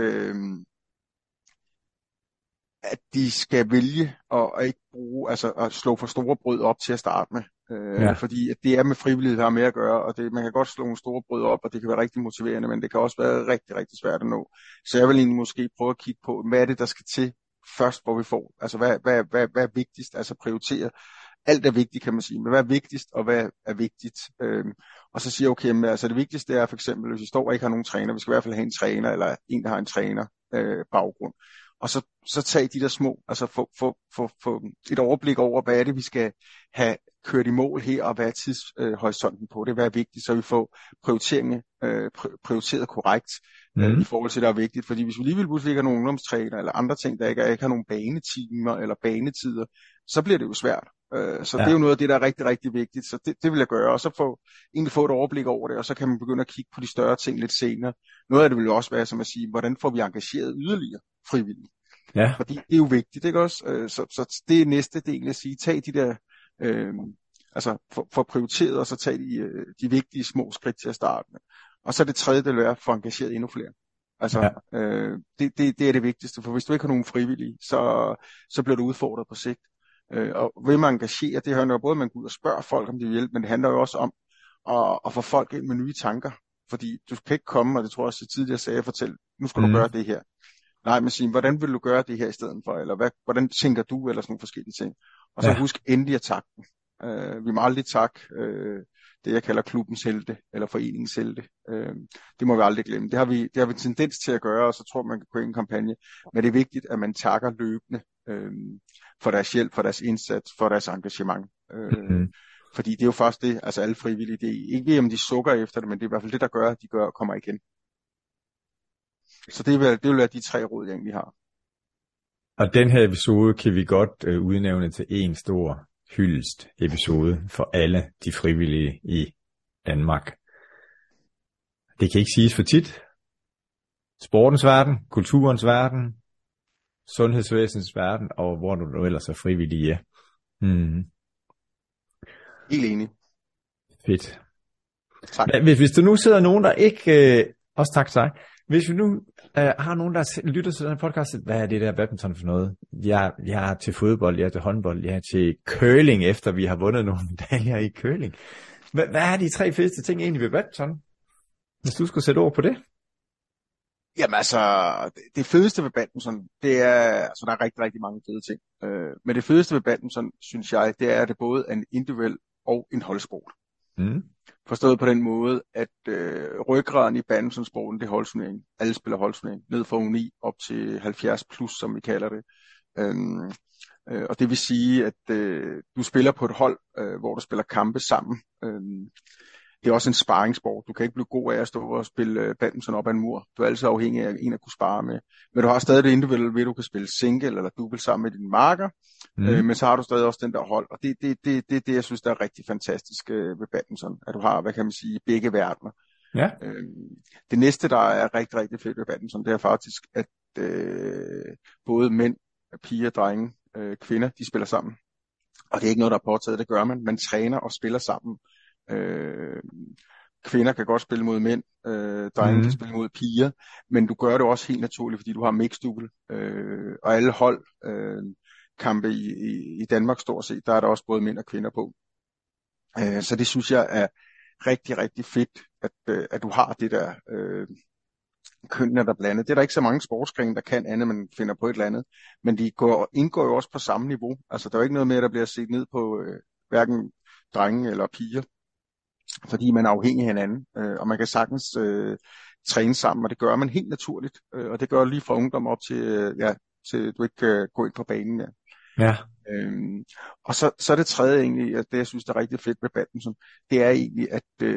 at de skal vælge at ikke bruge, altså at slå for store brød op til at starte med. Fordi at det er med frivillighed, der har med at gøre, og man kan godt slå nogle store brød op, og det kan være rigtig motiverende, men det kan også være rigtig, rigtig svært at nå. Så jeg vil egentlig måske prøve at kigge på, hvad er det, der skal til først, hvor vi får, altså hvad er vigtigst, altså prioritere. Alt er vigtigt, kan man sige, men hvad er vigtigst, og hvad er vigtigt? Og så siger jeg, okay, men altså det vigtigste er for eksempel, hvis vi står og ikke har nogen træner, vi skal i hvert fald have en træner, eller en, der har en træner baggrund. Og så tag de der små, altså få et overblik over, hvad er det, vi skal have kørt i mål her, og hvad er tidshorisonten på det, hvad er vigtigt, så vi får prioriteringen prioriteret korrekt i forhold til, det er vigtigt. Fordi hvis vi lige vil pludselig ikke har nogen ungdomstræner, eller andre ting, der ikke har nogen banetimer eller banetider, så bliver det jo svært. Så det er jo noget af det, der er rigtig, rigtig vigtigt. Så det vil jeg gøre, og så få et overblik over det, og så kan man begynde at kigge på de større ting lidt senere. Noget af det vil jo også være, som at sige, hvordan får vi engageret yderligere frivillige? Ja. Fordi det er jo vigtigt, ikke også? Så det er næste del at sige, tag de der, altså for prioriteret, og så tag de vigtige små skridt til at starte med. Og så det tredje, det vil være, få engageret endnu flere. Altså, det er det vigtigste, for hvis du ikke har nogen frivillige, så bliver du udfordret på sigt. Og vil man engagere, det handler jo både, at man går ud og spørger folk, om de vil hjælpe, men det handler jo også om at få folk ind med nye tanker. Fordi du kan ikke komme, og det tror jeg også tidligere sagde, fortælle, nu skal du gøre det her. Nej, men sige, hvordan vil du gøre det her i stedet for? Eller hvordan tænker du? Eller sådan nogle forskellige ting. Og så husk endelig at takke dem. Vi må aldrig takke det, jeg kalder klubbens helte, eller foreningens helte. Det må vi aldrig glemme. Det har vi tendens til at gøre, og så tror man kan gå i en kampagne. Men det er vigtigt, at man takker løbende for deres hjælp, for deres indsats, for deres engagement. Fordi det er jo først det, altså alle frivillige, det er ikke om de sukker efter det, men det er i hvert fald det, der gør, at de kommer igen. Så det vil være de 3 råd, jeg egentlig har. Og den her episode kan vi godt udnævne til en stor hyldest episode for alle de frivillige i Danmark. Det kan ikke siges for tit. Sportens verden, kulturens verden, sundhedsvæsenets verden, og hvor du nu ellers er frivillig. Ja. Helt enig. Fedt. Tak. Hvis der nu sidder nogen, der ikke... også tak til dig. Hvis vi nu har nogen, der lytter til den podcast, hvad er det der badminton for noget? Jeg er til fodbold, jeg er til håndbold, jeg er til curling, efter vi har vundet nogle medaljer i curling. Hvad er de 3 fedeste ting egentlig ved badminton? Hvis du skulle sætte ord på det? Jamen altså, det fedeste ved badminton, det er, altså der er rigtig, rigtig mange fede ting. Men det fedeste ved badminton, synes jeg, det er, at det både er en individuel og en holdsport. Forstået på den måde, at ryggraden i badmintonsporten, det er holdturnering. Alle spiller holdturnering, ned fra U9 op til 70 plus, som vi kalder det. Og det vil sige, at du spiller på et hold, hvor du spiller kampe sammen. Det er også en sparringsport. Du kan ikke blive god af at stå og spille badminton op ad en mur. Du er altid afhængig af en at kunne spare med. Men du har stadig det individuelle ved, at du kan spille single eller double sammen med dine marker. Men så har du stadig også den der hold. Og det er det, jeg synes, der er rigtig fantastisk ved badminton. At du har, hvad kan man sige, begge verdener. Ja. Det næste, der er rigtig, rigtig fedt ved badminton, det er faktisk, at både mænd, piger, drenge, kvinder, de spiller sammen. Og det er ikke noget, der er påtaget, det gør man. Man træner og spiller sammen. Kvinder kan godt spille mod mænd, drenge kan spille mod piger, men du gør det også helt naturligt, fordi du har mixed double, og alle hold kampe i Danmark stort set, der er der også både mænd og kvinder på. Så det synes jeg er rigtig, rigtig fedt, at du har det der kønnene der blandet. Det er der ikke så mange sportsgrene, der kan andet, man finder på et eller andet, men de indgår jo også på samme niveau. Altså der er jo ikke noget med, at der bliver set ned på hverken drenge eller piger, fordi man er afhængig af hinanden, og man kan sagtens træne sammen, og det gør man helt naturligt, og det gør lige fra ungdom op til, til du ikke kan gå ind på banen. Ja. Og så er det tredje egentlig, at det jeg synes, der er rigtig fedt med badminton, det er egentlig,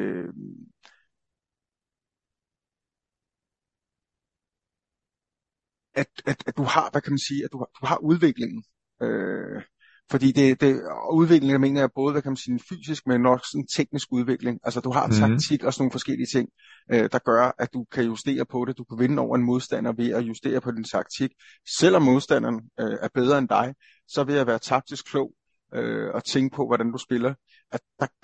at du har, hvad kan man sige, at du har udviklingen. Fordi udviklingen, jeg mener, er både, hvad kan man sige, en fysisk, men også en teknisk udvikling. Altså, du har taktik og sådan nogle forskellige ting, der gør, at du kan justere på det. Du kan vinde over en modstander ved at justere på din taktik. Selvom modstanderen er bedre end dig, så ved at være taktisk klog og tænke på, hvordan du spiller, at der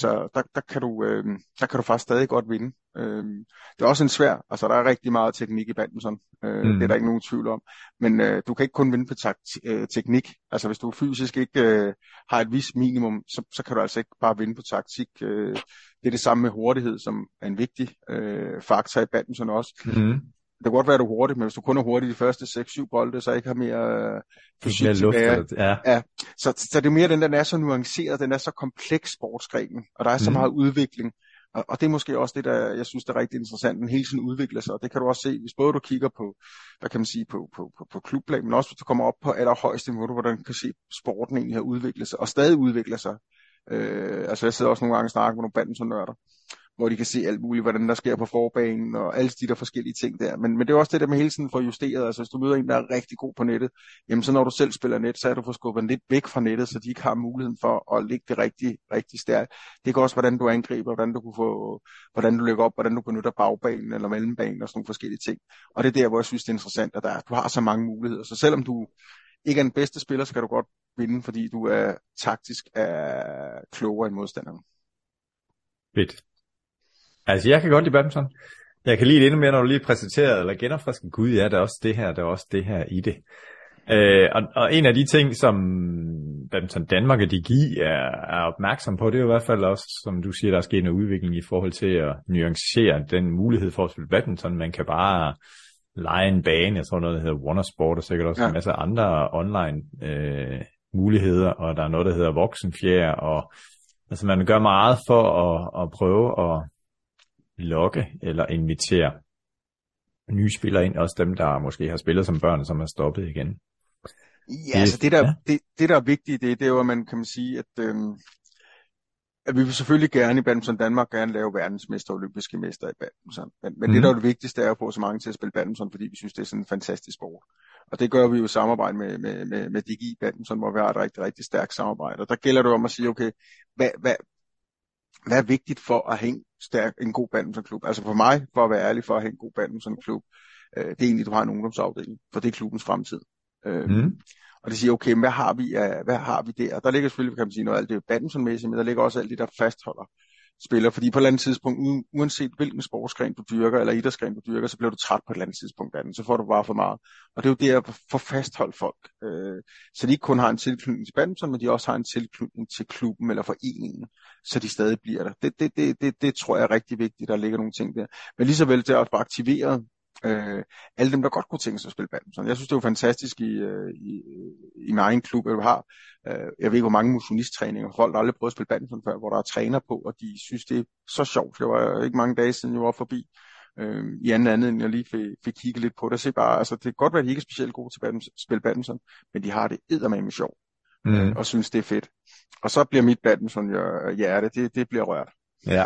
kan du faktisk stadig godt vinde. Det er også en svær, altså der er rigtig meget teknik i badminton, det er der ikke nogen tvivl om, men du kan ikke kun vinde på teknik, altså hvis du fysisk ikke har et vist minimum, så kan du altså ikke bare vinde på taktik. Det er det samme med hurtighed, som er en vigtig faktor i badminton også. Det kan godt være, at du er hurtig, men hvis du kun er hurtig de første 6-7 bolde, så ikke har mere fysik tilbage. Ja. Så det er mere den er så nuanceret, den er så kompleks sportsgrenen, og der er så meget udvikling. Og det er måske også det, der jeg synes, der er rigtig interessant. Den hele tiden udvikler sig, og det kan du også se, hvis både du kigger på, hvad kan man sige, på klubplan, men også hvis du kommer op på allerhøjeste niveau, hvordan du kan se, sporten egentlig har udviklet sig, og stadig udvikler sig. Altså jeg sidder også nogle gange og snakker med nogle badmintonnørder, hvor de kan se alt muligt, hvordan der sker på forbanen, og alle de der forskellige ting der. Men det er også det der med hele tiden for justeret. Altså hvis du møder en, der er rigtig god på nettet, jamen så når du selv spiller net, så er du for skubbet lidt væk fra nettet, så de ikke har muligheden for at lægge det rigtig, rigtig stærkt. Det kan også, hvordan du angriber, hvordan du lægger op, hvordan du benytter bagbanen eller mellembanen og sådan nogle forskellige ting. Og det er der, hvor jeg synes, det er interessant, at du har så mange muligheder. Så selvom du ikke er den bedste spiller, så kan du godt vinde, fordi du er taktisk klogere end modstanderen. Fedt. Altså, jeg kan godt lide badminton. Jeg kan lide det endnu mere, når du lige præsenterer eller genopfrisker. Gud, ja, der er også det her i det. Og en af de ting, som badminton Danmark og DGI er opmærksom på, det er jo i hvert fald også, som du siger, der er sket en udvikling i forhold til at nuancere den mulighed for at spille badminton. Man kan bare lege en bane, jeg tror noget, der hedder Wondersport, og sikkert også en masse andre online muligheder, og der er noget, der hedder voksenfjer, og altså man gør meget for at prøve at lokke eller invitere nye spillere ind, også dem, der måske har spillet som børn, som er stoppet igen. Ja, altså det der er vigtigt, det er jo, at man kan sige, at vi vil selvfølgelig gerne i badminton Danmark gerne lave verdensmester og olympiske mester i badminton. Men det, der er det vigtigste, er at få så mange til at spille badminton, fordi vi synes, det er sådan en fantastisk sport. Og det gør vi jo i samarbejde med DGI Badminton, hvor vi har et rigtig, rigtig stærkt samarbejde. Og der gælder det om at sige, okay, hvad er vigtigt for at have en god badmintonklub? Altså for mig, for at være ærlig, for at have en god badmintonklub, det er egentlig, at du har en ungdomsafdeling, for det er klubbens fremtid. Og det siger, okay, hvad har vi der? Der ligger selvfølgelig, kan man sige, noget af alt det badmintonmæssigt, men der ligger også alt det, der fastholder spiller. Fordi på et eller andet tidspunkt, uanset hvilken sportsgren du dyrker, eller idrætsgren du dyrker, så bliver du træt på et eller andet tidspunkt af den. Så får du bare for meget. Og det er jo det at få fastholdt folk. Så de ikke kun har en tilknytning til badminton, men de også har en tilknytning til klubben eller foreningen, så de stadig bliver der. Det tror jeg er rigtig vigtigt, der ligger nogle ting der. Men lige så vel til at få aktiveret alle dem, der godt kunne tænke sig at spille badminton. Jeg synes, det er jo fantastisk i min egen klub, at du har, jeg ved ikke, hvor mange motionisttræninger, folk der aldrig prøvet at spille badminton før, hvor der er træner på, og de synes, det er så sjovt. Det var ikke mange dage siden, jeg var forbi i anden anledning, jeg lige fik kigget lidt på det. Så bare, altså, det kan godt være, at de ikke er specielt gode til at spille badminton, men de har det eddermame sjov, og synes, det er fedt. Og så bliver mit badminton hjerte, det bliver rørt. Ja.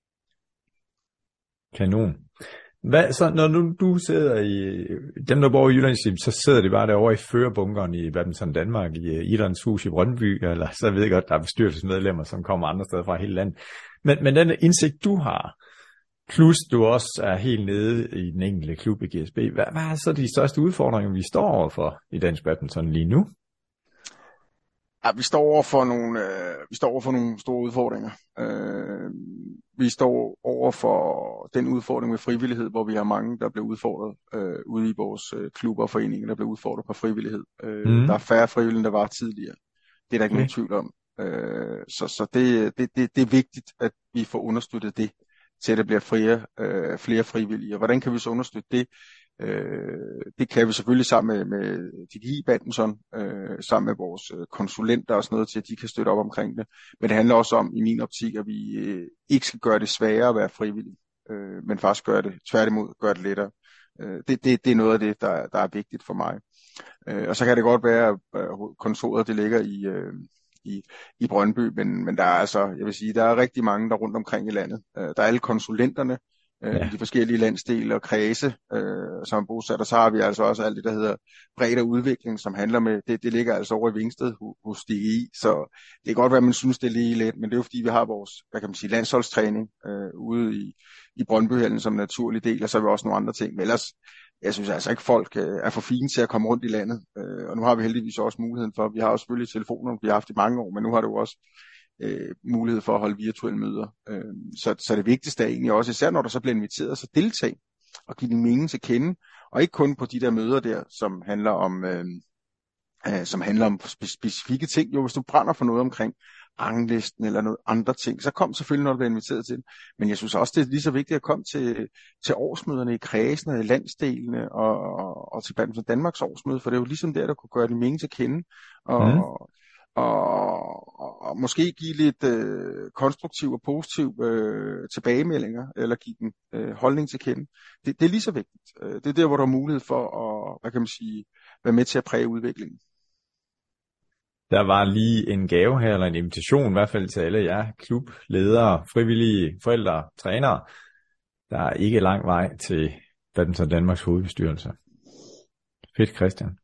Kanon. Hvad, så når du sidder i, dem der bor i Jylland, så sidder de bare derovre i førerbunkeren i Badminton Danmark, i Idrættens Hus i Brøndby, eller så ved jeg godt, der er bestyrelsesmedlemmer, som kommer andre steder fra hele landet. Men den indsigt, du har, plus du også er helt nede i den enkelte klub i GSB, hvad er så de største udfordringer, vi står overfor i dansk badminton lige nu? Ja, vi står over for nogle store udfordringer. Vi står over for den udfordring med frivillighed, hvor vi har mange, der bliver udfordret ude i vores klubber og foreninger, der bliver udfordret på frivillighed. Der er færre frivillige, end der var tidligere. Det er der ikke nogen tvivl om. Så det er vigtigt, at vi får understøttet det, til at der bliver flere frivillige. Og hvordan kan vi så understøtte det? Det kan vi selvfølgelig sammen med DGI Badminton, sammen med vores konsulenter og sådan noget, til at de kan støtte op omkring det. Men det handler også om, i min optik, at vi ikke skal gøre det sværere at være frivillig, men faktisk tværtimod gøre det lettere. Det er noget af det, der er vigtigt for mig. Og så kan det godt være, at kontoret det ligger i Brøndby, men der er altså, jeg vil sige, der er rigtig mange der rundt omkring i landet. Der er alle konsulenterne, i de forskellige landsdele og kredse, som er bosat, og så har vi altså også alt det, der hedder bredde og udvikling, som handler med, det ligger altså over i Vingsted hos DGI, så det kan godt være, at man synes, det er lige let, men det er jo fordi, vi har vores, hvad kan man sige, landsholdstræning ude i Brøndbyhallen som en naturlig del, og så har vi også nogle andre ting, men ellers, jeg synes altså ikke, folk er for fine til at komme rundt i landet, og nu har vi heldigvis også muligheden for, vi har jo selvfølgelig telefoner, vi har haft i mange år, men nu har det jo også mulighed for at holde virtuelle møder. Så det vigtigste er egentlig også, især når der så bliver inviteret, så deltag og give din mening til kende, og ikke kun på de der møder der, som handler om specifikke ting. Jo, hvis du brænder for noget omkring ranglisten eller noget andre ting, så kom selvfølgelig, når du bliver inviteret til det. Men jeg synes også, det er lige så vigtigt at komme til årsmøderne i kredsene, i landsdelene og til Badminton Danmarks årsmøde, for det er jo ligesom der kunne gøre din mening til kende, og måske give lidt konstruktiv og positiv tilbagemeldinger, eller give den holdning til kende. Det er lige så vigtigt. Det er der, hvor der er mulighed for at, hvad kan man sige, være med til at præge udviklingen. Der var lige en gave her, eller en invitation, i hvert fald til alle jer klubledere, frivillige, forældre, trænere. Der er ikke lang vej til Badminton Danmarks hovedbestyrelse. Fedt, Christian.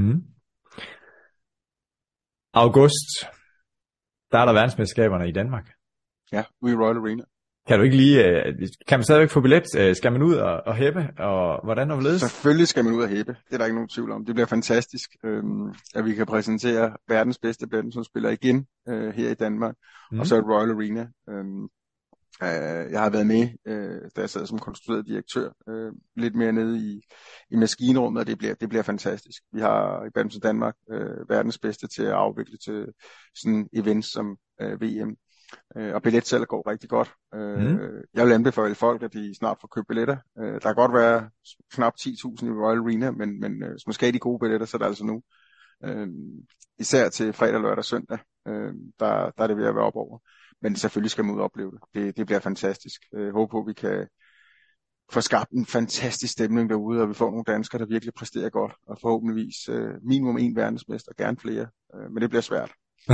August, der er der verdensmesterskaberne i Danmark. Ja, ude i Royal Arena. Kan du ikke lige, kan man stadigvæk få billet? Skal man ud og hæppe? Og hvordan og hvorledes? Selvfølgelig skal man ud og hæppe. Det er der ikke nogen tvivl om. Det bliver fantastisk, at vi kan præsentere verdens bedste badmintonspiller igen her i Danmark. Og så Royal Arena. Jeg har været med, da jeg sad som konstitueret direktør, lidt mere nede i maskinrummet, og det bliver fantastisk. Vi har i Badminton Danmark verdens bedste til at afvikle til sådan events som VM. Og billetsalget går rigtig godt. Jeg vil anbefale folk, at de snart får købt billetter. Der kan godt være knap 10.000 i Royal Arena, men hvis man skal have de gode billetter, så er det altså nu. Især til fredag, lørdag og søndag, der er det ved at være op over. Men selvfølgelig skal man ud og opleve det. Det bliver fantastisk. Jeg håber på, at vi kan få skabt en fantastisk stemning derude, og vi får nogle danskere, der virkelig præsterer godt. Og forhåbentligvis minimum 1 verdensmester, gerne flere. Men det bliver svært.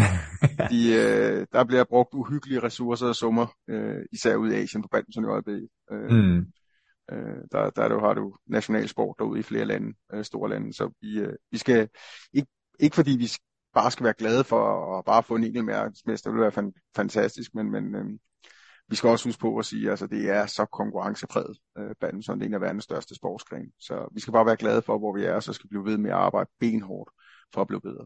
Der bliver brugt uhyggelige ressourcer og summer, især ude i Asien på badminton i øjeblikket. Har du nationalsport derude i flere lande, store lande, så vi skal ikke fordi vi bare skal være glade for at bare få en enkelt mester, det vil være fantastisk, men vi skal også huske på at sige, altså det er så konkurrencepræget. Badminton er en af verdens største sportsgrene, så vi skal bare være glade for, hvor vi er, og så skal vi blive ved med at arbejde benhårdt for at blive bedre.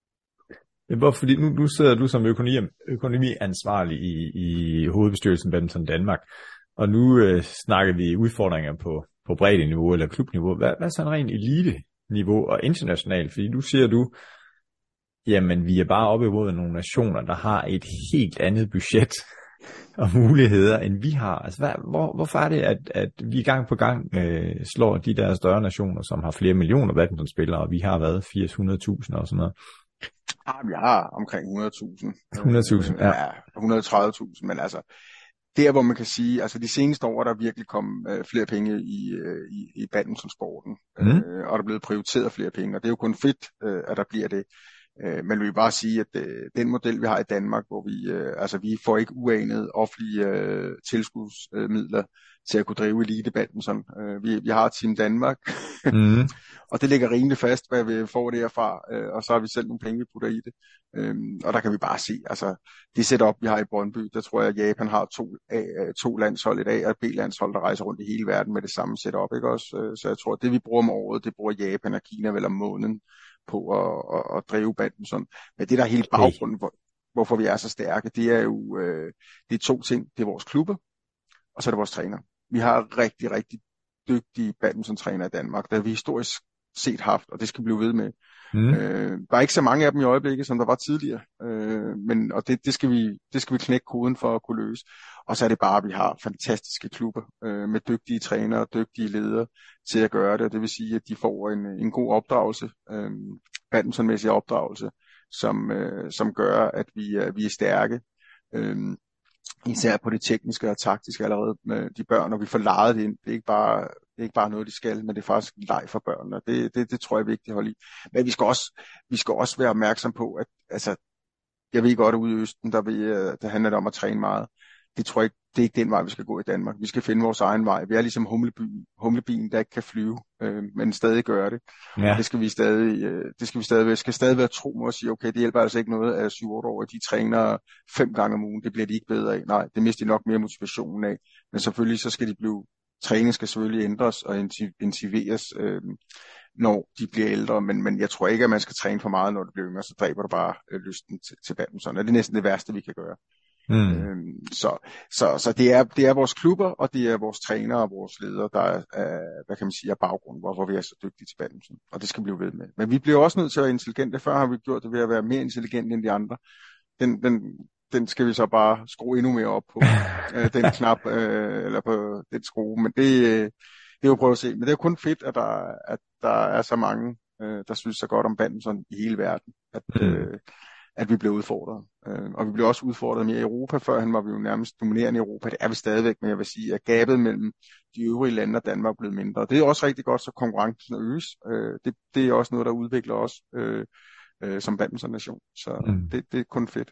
Fordi nu sidder du som økonomiansvarlig i hovedbestyrelsen Badminton Danmark, og nu snakker vi udfordringer på breddeniveau eller klubniveau. Hvad så en ren elite-niveau og internationalt? Fordi nu siger du, jamen vi er bare oppe imod nogle nationer, der har et helt andet budget og muligheder, end vi har. Altså, hvorfor er det, at vi gang på gang slår de der større nationer, som har flere millioner badmintonspillere, og vi har været 80-100.000 og sådan noget? Vi har omkring 100.000. 100.000, ja. 130.000, men altså, der hvor man kan sige, altså de seneste år, der er virkelig kommet flere penge i badmintonsporten, og der er blevet prioriteret flere penge, og det er jo kun fedt, at der bliver det. Men vi vil bare sige, at den model, vi har i Danmark, hvor vi får ikke uanede offentlige tilskudsmidler til at kunne drive elite badminton. Vi har Team Danmark, og det ligger rimelig fast, hvad vi får derfra, og så har vi selv nogle penge, vi putter i det. Og der kan vi bare se, altså det setup, vi har i Brøndby, der tror jeg, at Japan har to landshold, et A- og et B-landshold, der rejser rundt i hele verden med det samme setup, ikke også? Så jeg tror, at det vi bruger om året, det bruger Japan og Kina vel om måneden på at drive badminton. Men det der er hele baggrunden, hvorfor vi er så stærke, det er jo det er to ting. Det er vores klubber, og så er det vores træner. Vi har rigtig, rigtig dygtige badminton-trænere i Danmark, der vi historisk set haft, og det skal vi blive ved med. Der er ikke så mange af dem i øjeblikket, som der var tidligere, og det skal vi knække koden for at kunne løse. Og så er det bare, at vi har fantastiske klubber med dygtige trænere og dygtige ledere til at gøre det. Det vil sige, at de får en god opdragelse, badmintonmæssig opdragelse, som gør, at vi er stærke. Især på det tekniske og taktiske allerede med de børn, og vi får lejet det ind. Det er ikke bare noget, de skal, men det er faktisk en leg for børnene. Det tror jeg er vigtigt at holde i. Men vi skal også være opmærksom på, at altså, jeg ved godt, at ude i Østen, der handler det om at træne meget. Det tror jeg ikke, det er ikke den vej, vi skal gå i Danmark. Vi skal finde vores egen vej. Vi er ligesom humlebien, der ikke kan flyve, men stadig gøre det. Ja. Og det skal vi stadig være tro med at sige, okay, det hjælper altså ikke noget af 7-8 år, de træner 5 gange om ugen. Det bliver de ikke bedre af. Nej, det mister de nok mere motivationen af. Men selvfølgelig så skal træning skal selvfølgelig ændres og intensiveres, når de bliver ældre, men jeg tror ikke, at man skal træne for meget, når du bliver yngre, så dræber du bare lysten til badminton. Og det er næsten det værste, vi kan gøre. Så det er vores klubber, og det er vores trænere og vores ledere, der er, hvad kan man sige, er baggrunden, hvorfor vi er så dygtige til badminton. Og det skal vi blive ved med. Men vi bliver også nødt til at være intelligente. Før har vi gjort det ved at være mere intelligente end de andre. Den skal vi så bare skrue endnu mere op på. Den knap, eller på den skrue. Men det er jo prøve at se. Men det er jo kun fedt, at der er så mange, der synes så godt om badminton i hele verden. At vi blev udfordret. Og vi blev også udfordret mere i Europa. Førhen var vi jo nærmest dominerende i Europa. Det er vi stadigvæk, men jeg vil sige, at gabet mellem de øvrige lande og Danmark er blevet mindre. Og det er også rigtig godt, så konkurrencen øges. Det er også noget, der udvikler os som badminton-nation. Så det er kun fedt.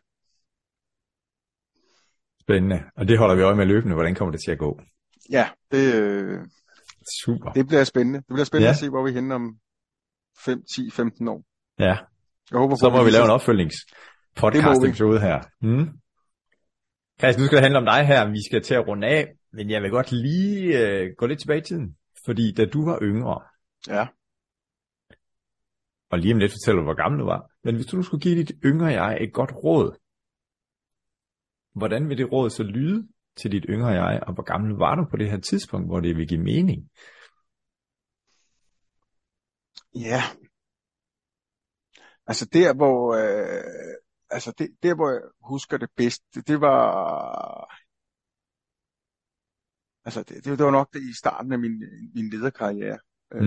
Spændende. Og det holder vi øje med løbende. Hvordan kommer det til at gå? Ja, super. Det bliver spændende. Det bliver spændende at se, hvor vi er henne om 5, 10, 15 år. Ja. Jeg håber, så må vi lave en opfølgningspodcast-episode her. Christian, nu skal det handle om dig her. Vi skal til at runde af, men jeg vil godt lige gå lidt tilbage i tiden. Fordi da du var yngre, og lige om lidt fortæller du, hvor gammel du var, men hvis du nu skulle give dit yngre jeg et godt råd, hvordan vil det råd så lyde til dit yngre jeg, og hvor gammel var du på det her tidspunkt, hvor det vil give mening? Ja. Altså der, hvor jeg husker det bedst, det var, altså det var nok det i starten af min lederkarriere.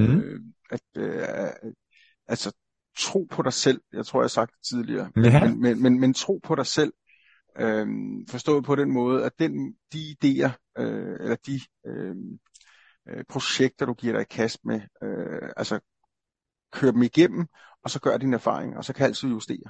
Altså tro på dig selv, jeg tror, jeg har sagt det tidligere, men tro på dig selv, forstået på den måde, at de idéer, eller de projekter, du giver dig i kast med, altså kør dem igennem, og så gør din erfaring, og så kan altid justere.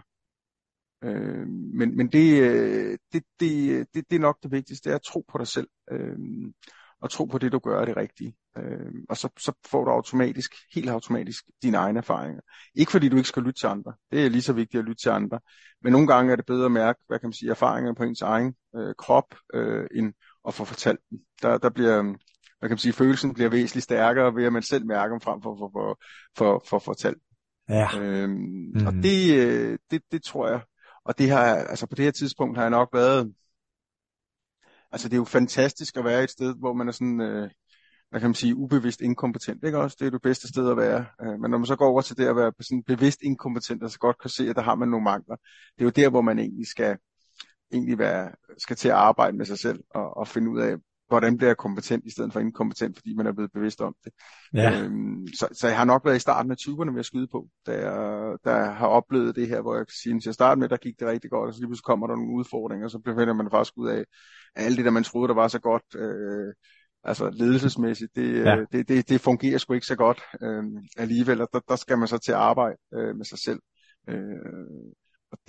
Men det er nok det vigtigste, det er at tro på dig selv. og tro på det, du gør, er det rigtige. Og så får du helt automatisk dine egne erfaringer. Ikke fordi du ikke skal lytte til andre. Det er lige så vigtigt at lytte til andre. Men nogle gange er det bedre at mærke, hvad kan man sige, erfaringerne på ens egen krop, end at få fortalt dem. Der bliver, hvad kan man sige, følelsen bliver væsentligt stærkere ved, at man selv mærker dem frem for fortalt. Ja. Og det tror jeg. Og det har, altså på det her tidspunkt har jeg nok været, altså det er jo fantastisk at være et sted, hvor man er sådan, hvad kan man sige, ubevidst inkompetent, ikke også? Det er det bedste sted at være. Men når man så går over til det at være sådan bevidst inkompetent, og så godt kan se, at der har man nogle mangler, det er jo der, hvor man egentlig skal til at arbejde med sig selv, og finde ud af, hvordan bliver jeg kompetent i stedet for inkompetent, fordi man er blevet bevidst om det. Ja. Så jeg har nok været i starten af 20'erne med at skyde på, da jeg har oplevet det her, hvor jeg kan sige, til at starte med, der gik det rigtig godt, og så lige pludselig kommer der nogle udfordringer, og så finder man faktisk ud af, at alt det, der man troede, der var så godt, altså ledelsesmæssigt, det fungerer sgu ikke så godt alligevel, og der skal man så til at arbejde med sig selv. Og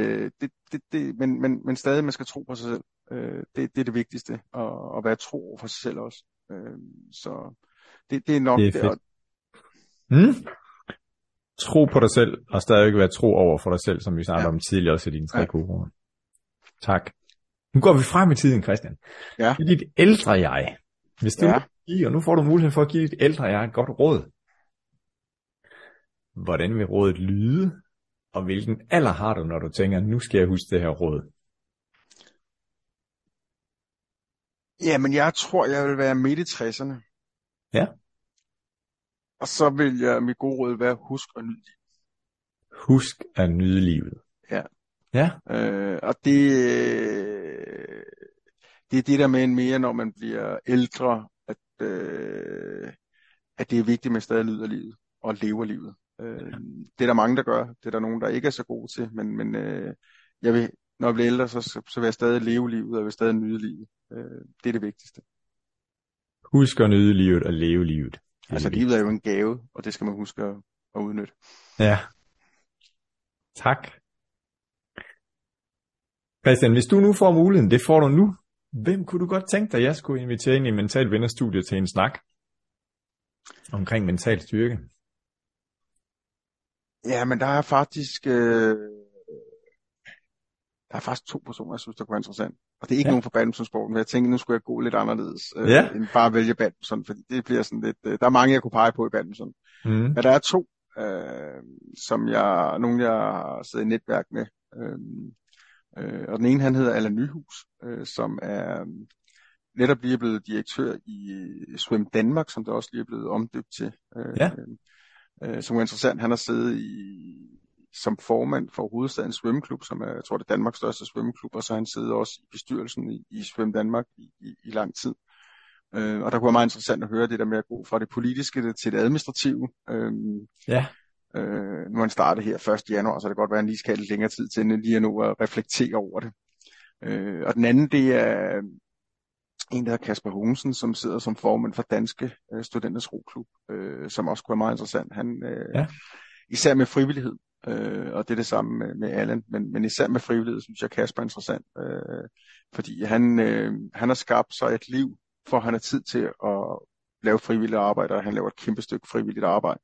men stadig, man skal tro på sig selv. Det er det vigtigste, at være tro for sig selv også. Så det er nok det. Er fedt. Tro på dig selv, og stadig være tro over for dig selv, som vi snakkede om tidligere også i dine 3 gode. Tak. Nu går vi frem i tiden, Christian. Ja. Det er dit ældre jeg. Hvis du og nu får du muligheden for at give dit ældre jeg et godt råd. Hvordan vil rådet lyde? Og hvilken alder har du, når du tænker, nu skal jeg huske det her råd? Jamen, jeg tror, jeg vil være midt i 60'erne. Ja. Og så vil mit gode råd være, husk at nyde livet. Husk at nyde livet. Ja. Ja. Og det er det der med en mere, når man bliver ældre, at det er vigtigt med stadig at nyde livet og leve livet. Det er der mange, der gør. Det er der nogen, der ikke er så gode til. Men jeg vil, når jeg bliver ældre, så vil jeg stadig leve livet, og jeg vil stadig nyde livet. Det er det vigtigste. Husk at nyde livet og leve livet. Altså livet er jo en gave, og det skal man huske at udnytte. Ja. Tak. Christian, hvis du nu får muligheden, det får du nu. Hvem kunne du godt tænke dig, jeg skulle invitere ind i Mental Vinderstudiet til en snak omkring mental styrke? Ja, men der er faktisk 2 personer, jeg synes, der kunne være interessant. Og det er ikke nogen fra badmintonsporten, men jeg tænkte, nu skulle jeg gå lidt anderledes, end bare at vælge badminton, fordi det bliver sådan lidt, der er mange, jeg kunne pege på i badminton. Men der er 2, nogen jeg har siddet i netværk med. Og den ene, han hedder Allan Nyhus, som er netop lige blevet direktør i Swim Danmark, som der også lige er blevet omdøbt til. Som er interessant. Han har siddet som formand for Hovedstadens Svømmeklub, som er, jeg tror, det er Danmarks største svømmeklub, og så har han siddet også i bestyrelsen i Swim Danmark i lang tid. Og der kunne være meget interessant at høre det der med at gå fra det politiske til det administrative. Nu han startet her 1. januar, så det kan godt være, at han lige skal have lidt længere tid til lige at nå at reflektere over det. Og den anden, det er en, der hedder Kasper Hogensen, som sidder som formand for Danske Studenters Roklub, som også kunne være meget interessant. Han, især med frivillighed, og det er det samme med Allan, men især med frivillighed, synes jeg, Kasper er interessant, fordi han har skabt sig et liv, for han har tid til at lave frivilligt arbejde, og han laver et kæmpe stykke frivilligt arbejde.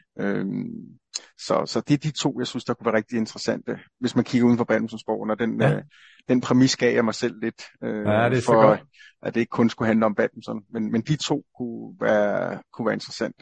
Så det er de 2, jeg synes, der kunne være rigtig interessante, hvis man kigger uden for badmintonsporten, og den præmis gav jeg mig selv lidt, for at det ikke kun skulle handle om badminton, men de 2 kunne være interessante.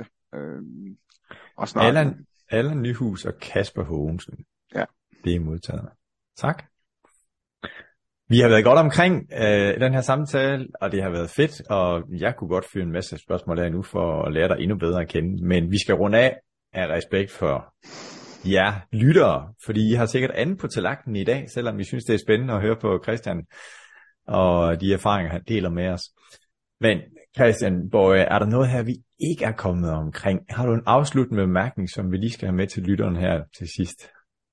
Allan Nyhus og Kasper Hogensen. Ja. Det er modtaget. Tak. Vi har været godt omkring den her samtale, og det har været fedt, og jeg kunne godt fyre en masse spørgsmål af nu for at lære dig endnu bedre at kende, men vi skal runde af respekt for jer lyttere, fordi I har sikkert andet på tallerkenen i dag, selvom vi synes, det er spændende at høre på Christian og de erfaringer, han deler med os. Men Christian Boye, er der noget her, vi ikke er kommet omkring? Har du en afsluttende bemærkning, som vi lige skal have med til lytteren her til sidst?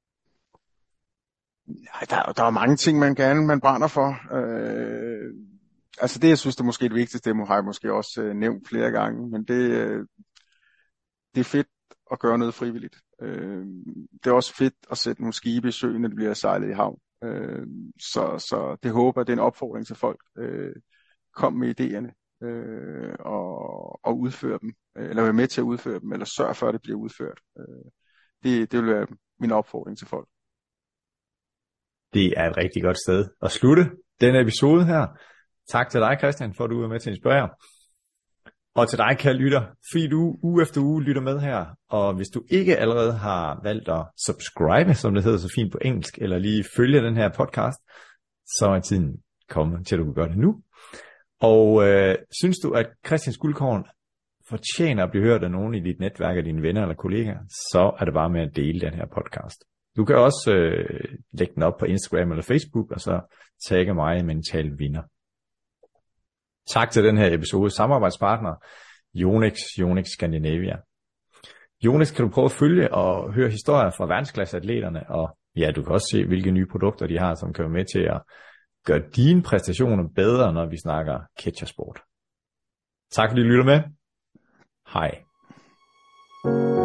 Nej, der er mange ting, man brænder for. Altså det, jeg synes, det er måske det vigtigste, det har jeg måske også nævnt flere gange, men det er fedt at gøre noget frivilligt. Det er også fedt at sætte nogle skibe i søen, når det bliver sejlet i havn. Så det håber jeg, det er en opfordring til folk. Kom med idéerne. og udføre dem, eller være med til at udføre dem, eller sørge for, at det bliver udført. Det vil være min opfordring til folk. Det er et rigtig godt sted at slutte denne episode her. Tak til dig, Christian, for at du er med til at inspirere. Og til dig, kære lytter, fordi du uge efter uge lytter med her. Og hvis du ikke allerede har valgt at subscribe, som det hedder så fint på engelsk, eller lige følge den her podcast, så er tiden kommet til, at du kan gøre det nu. Og synes du, at Christians Guldkorn fortjener at blive hørt af nogen i dit netværk af dine venner eller kollegaer, så er det bare med at dele den her podcast. Du kan også lægge den op på Instagram eller Facebook, og så tagge mig i Mental Vinder. Tak til den her episode samarbejdspartner, Yonex Scandinavia. Yonex kan du prøve at følge og høre historier fra verdensklasseatleterne, og ja, du kan også se, hvilke nye produkter de har, som kan være med til at gøre dine præstationer bedre, når vi snakker catchersport. Tak fordi du lytter med. Hej.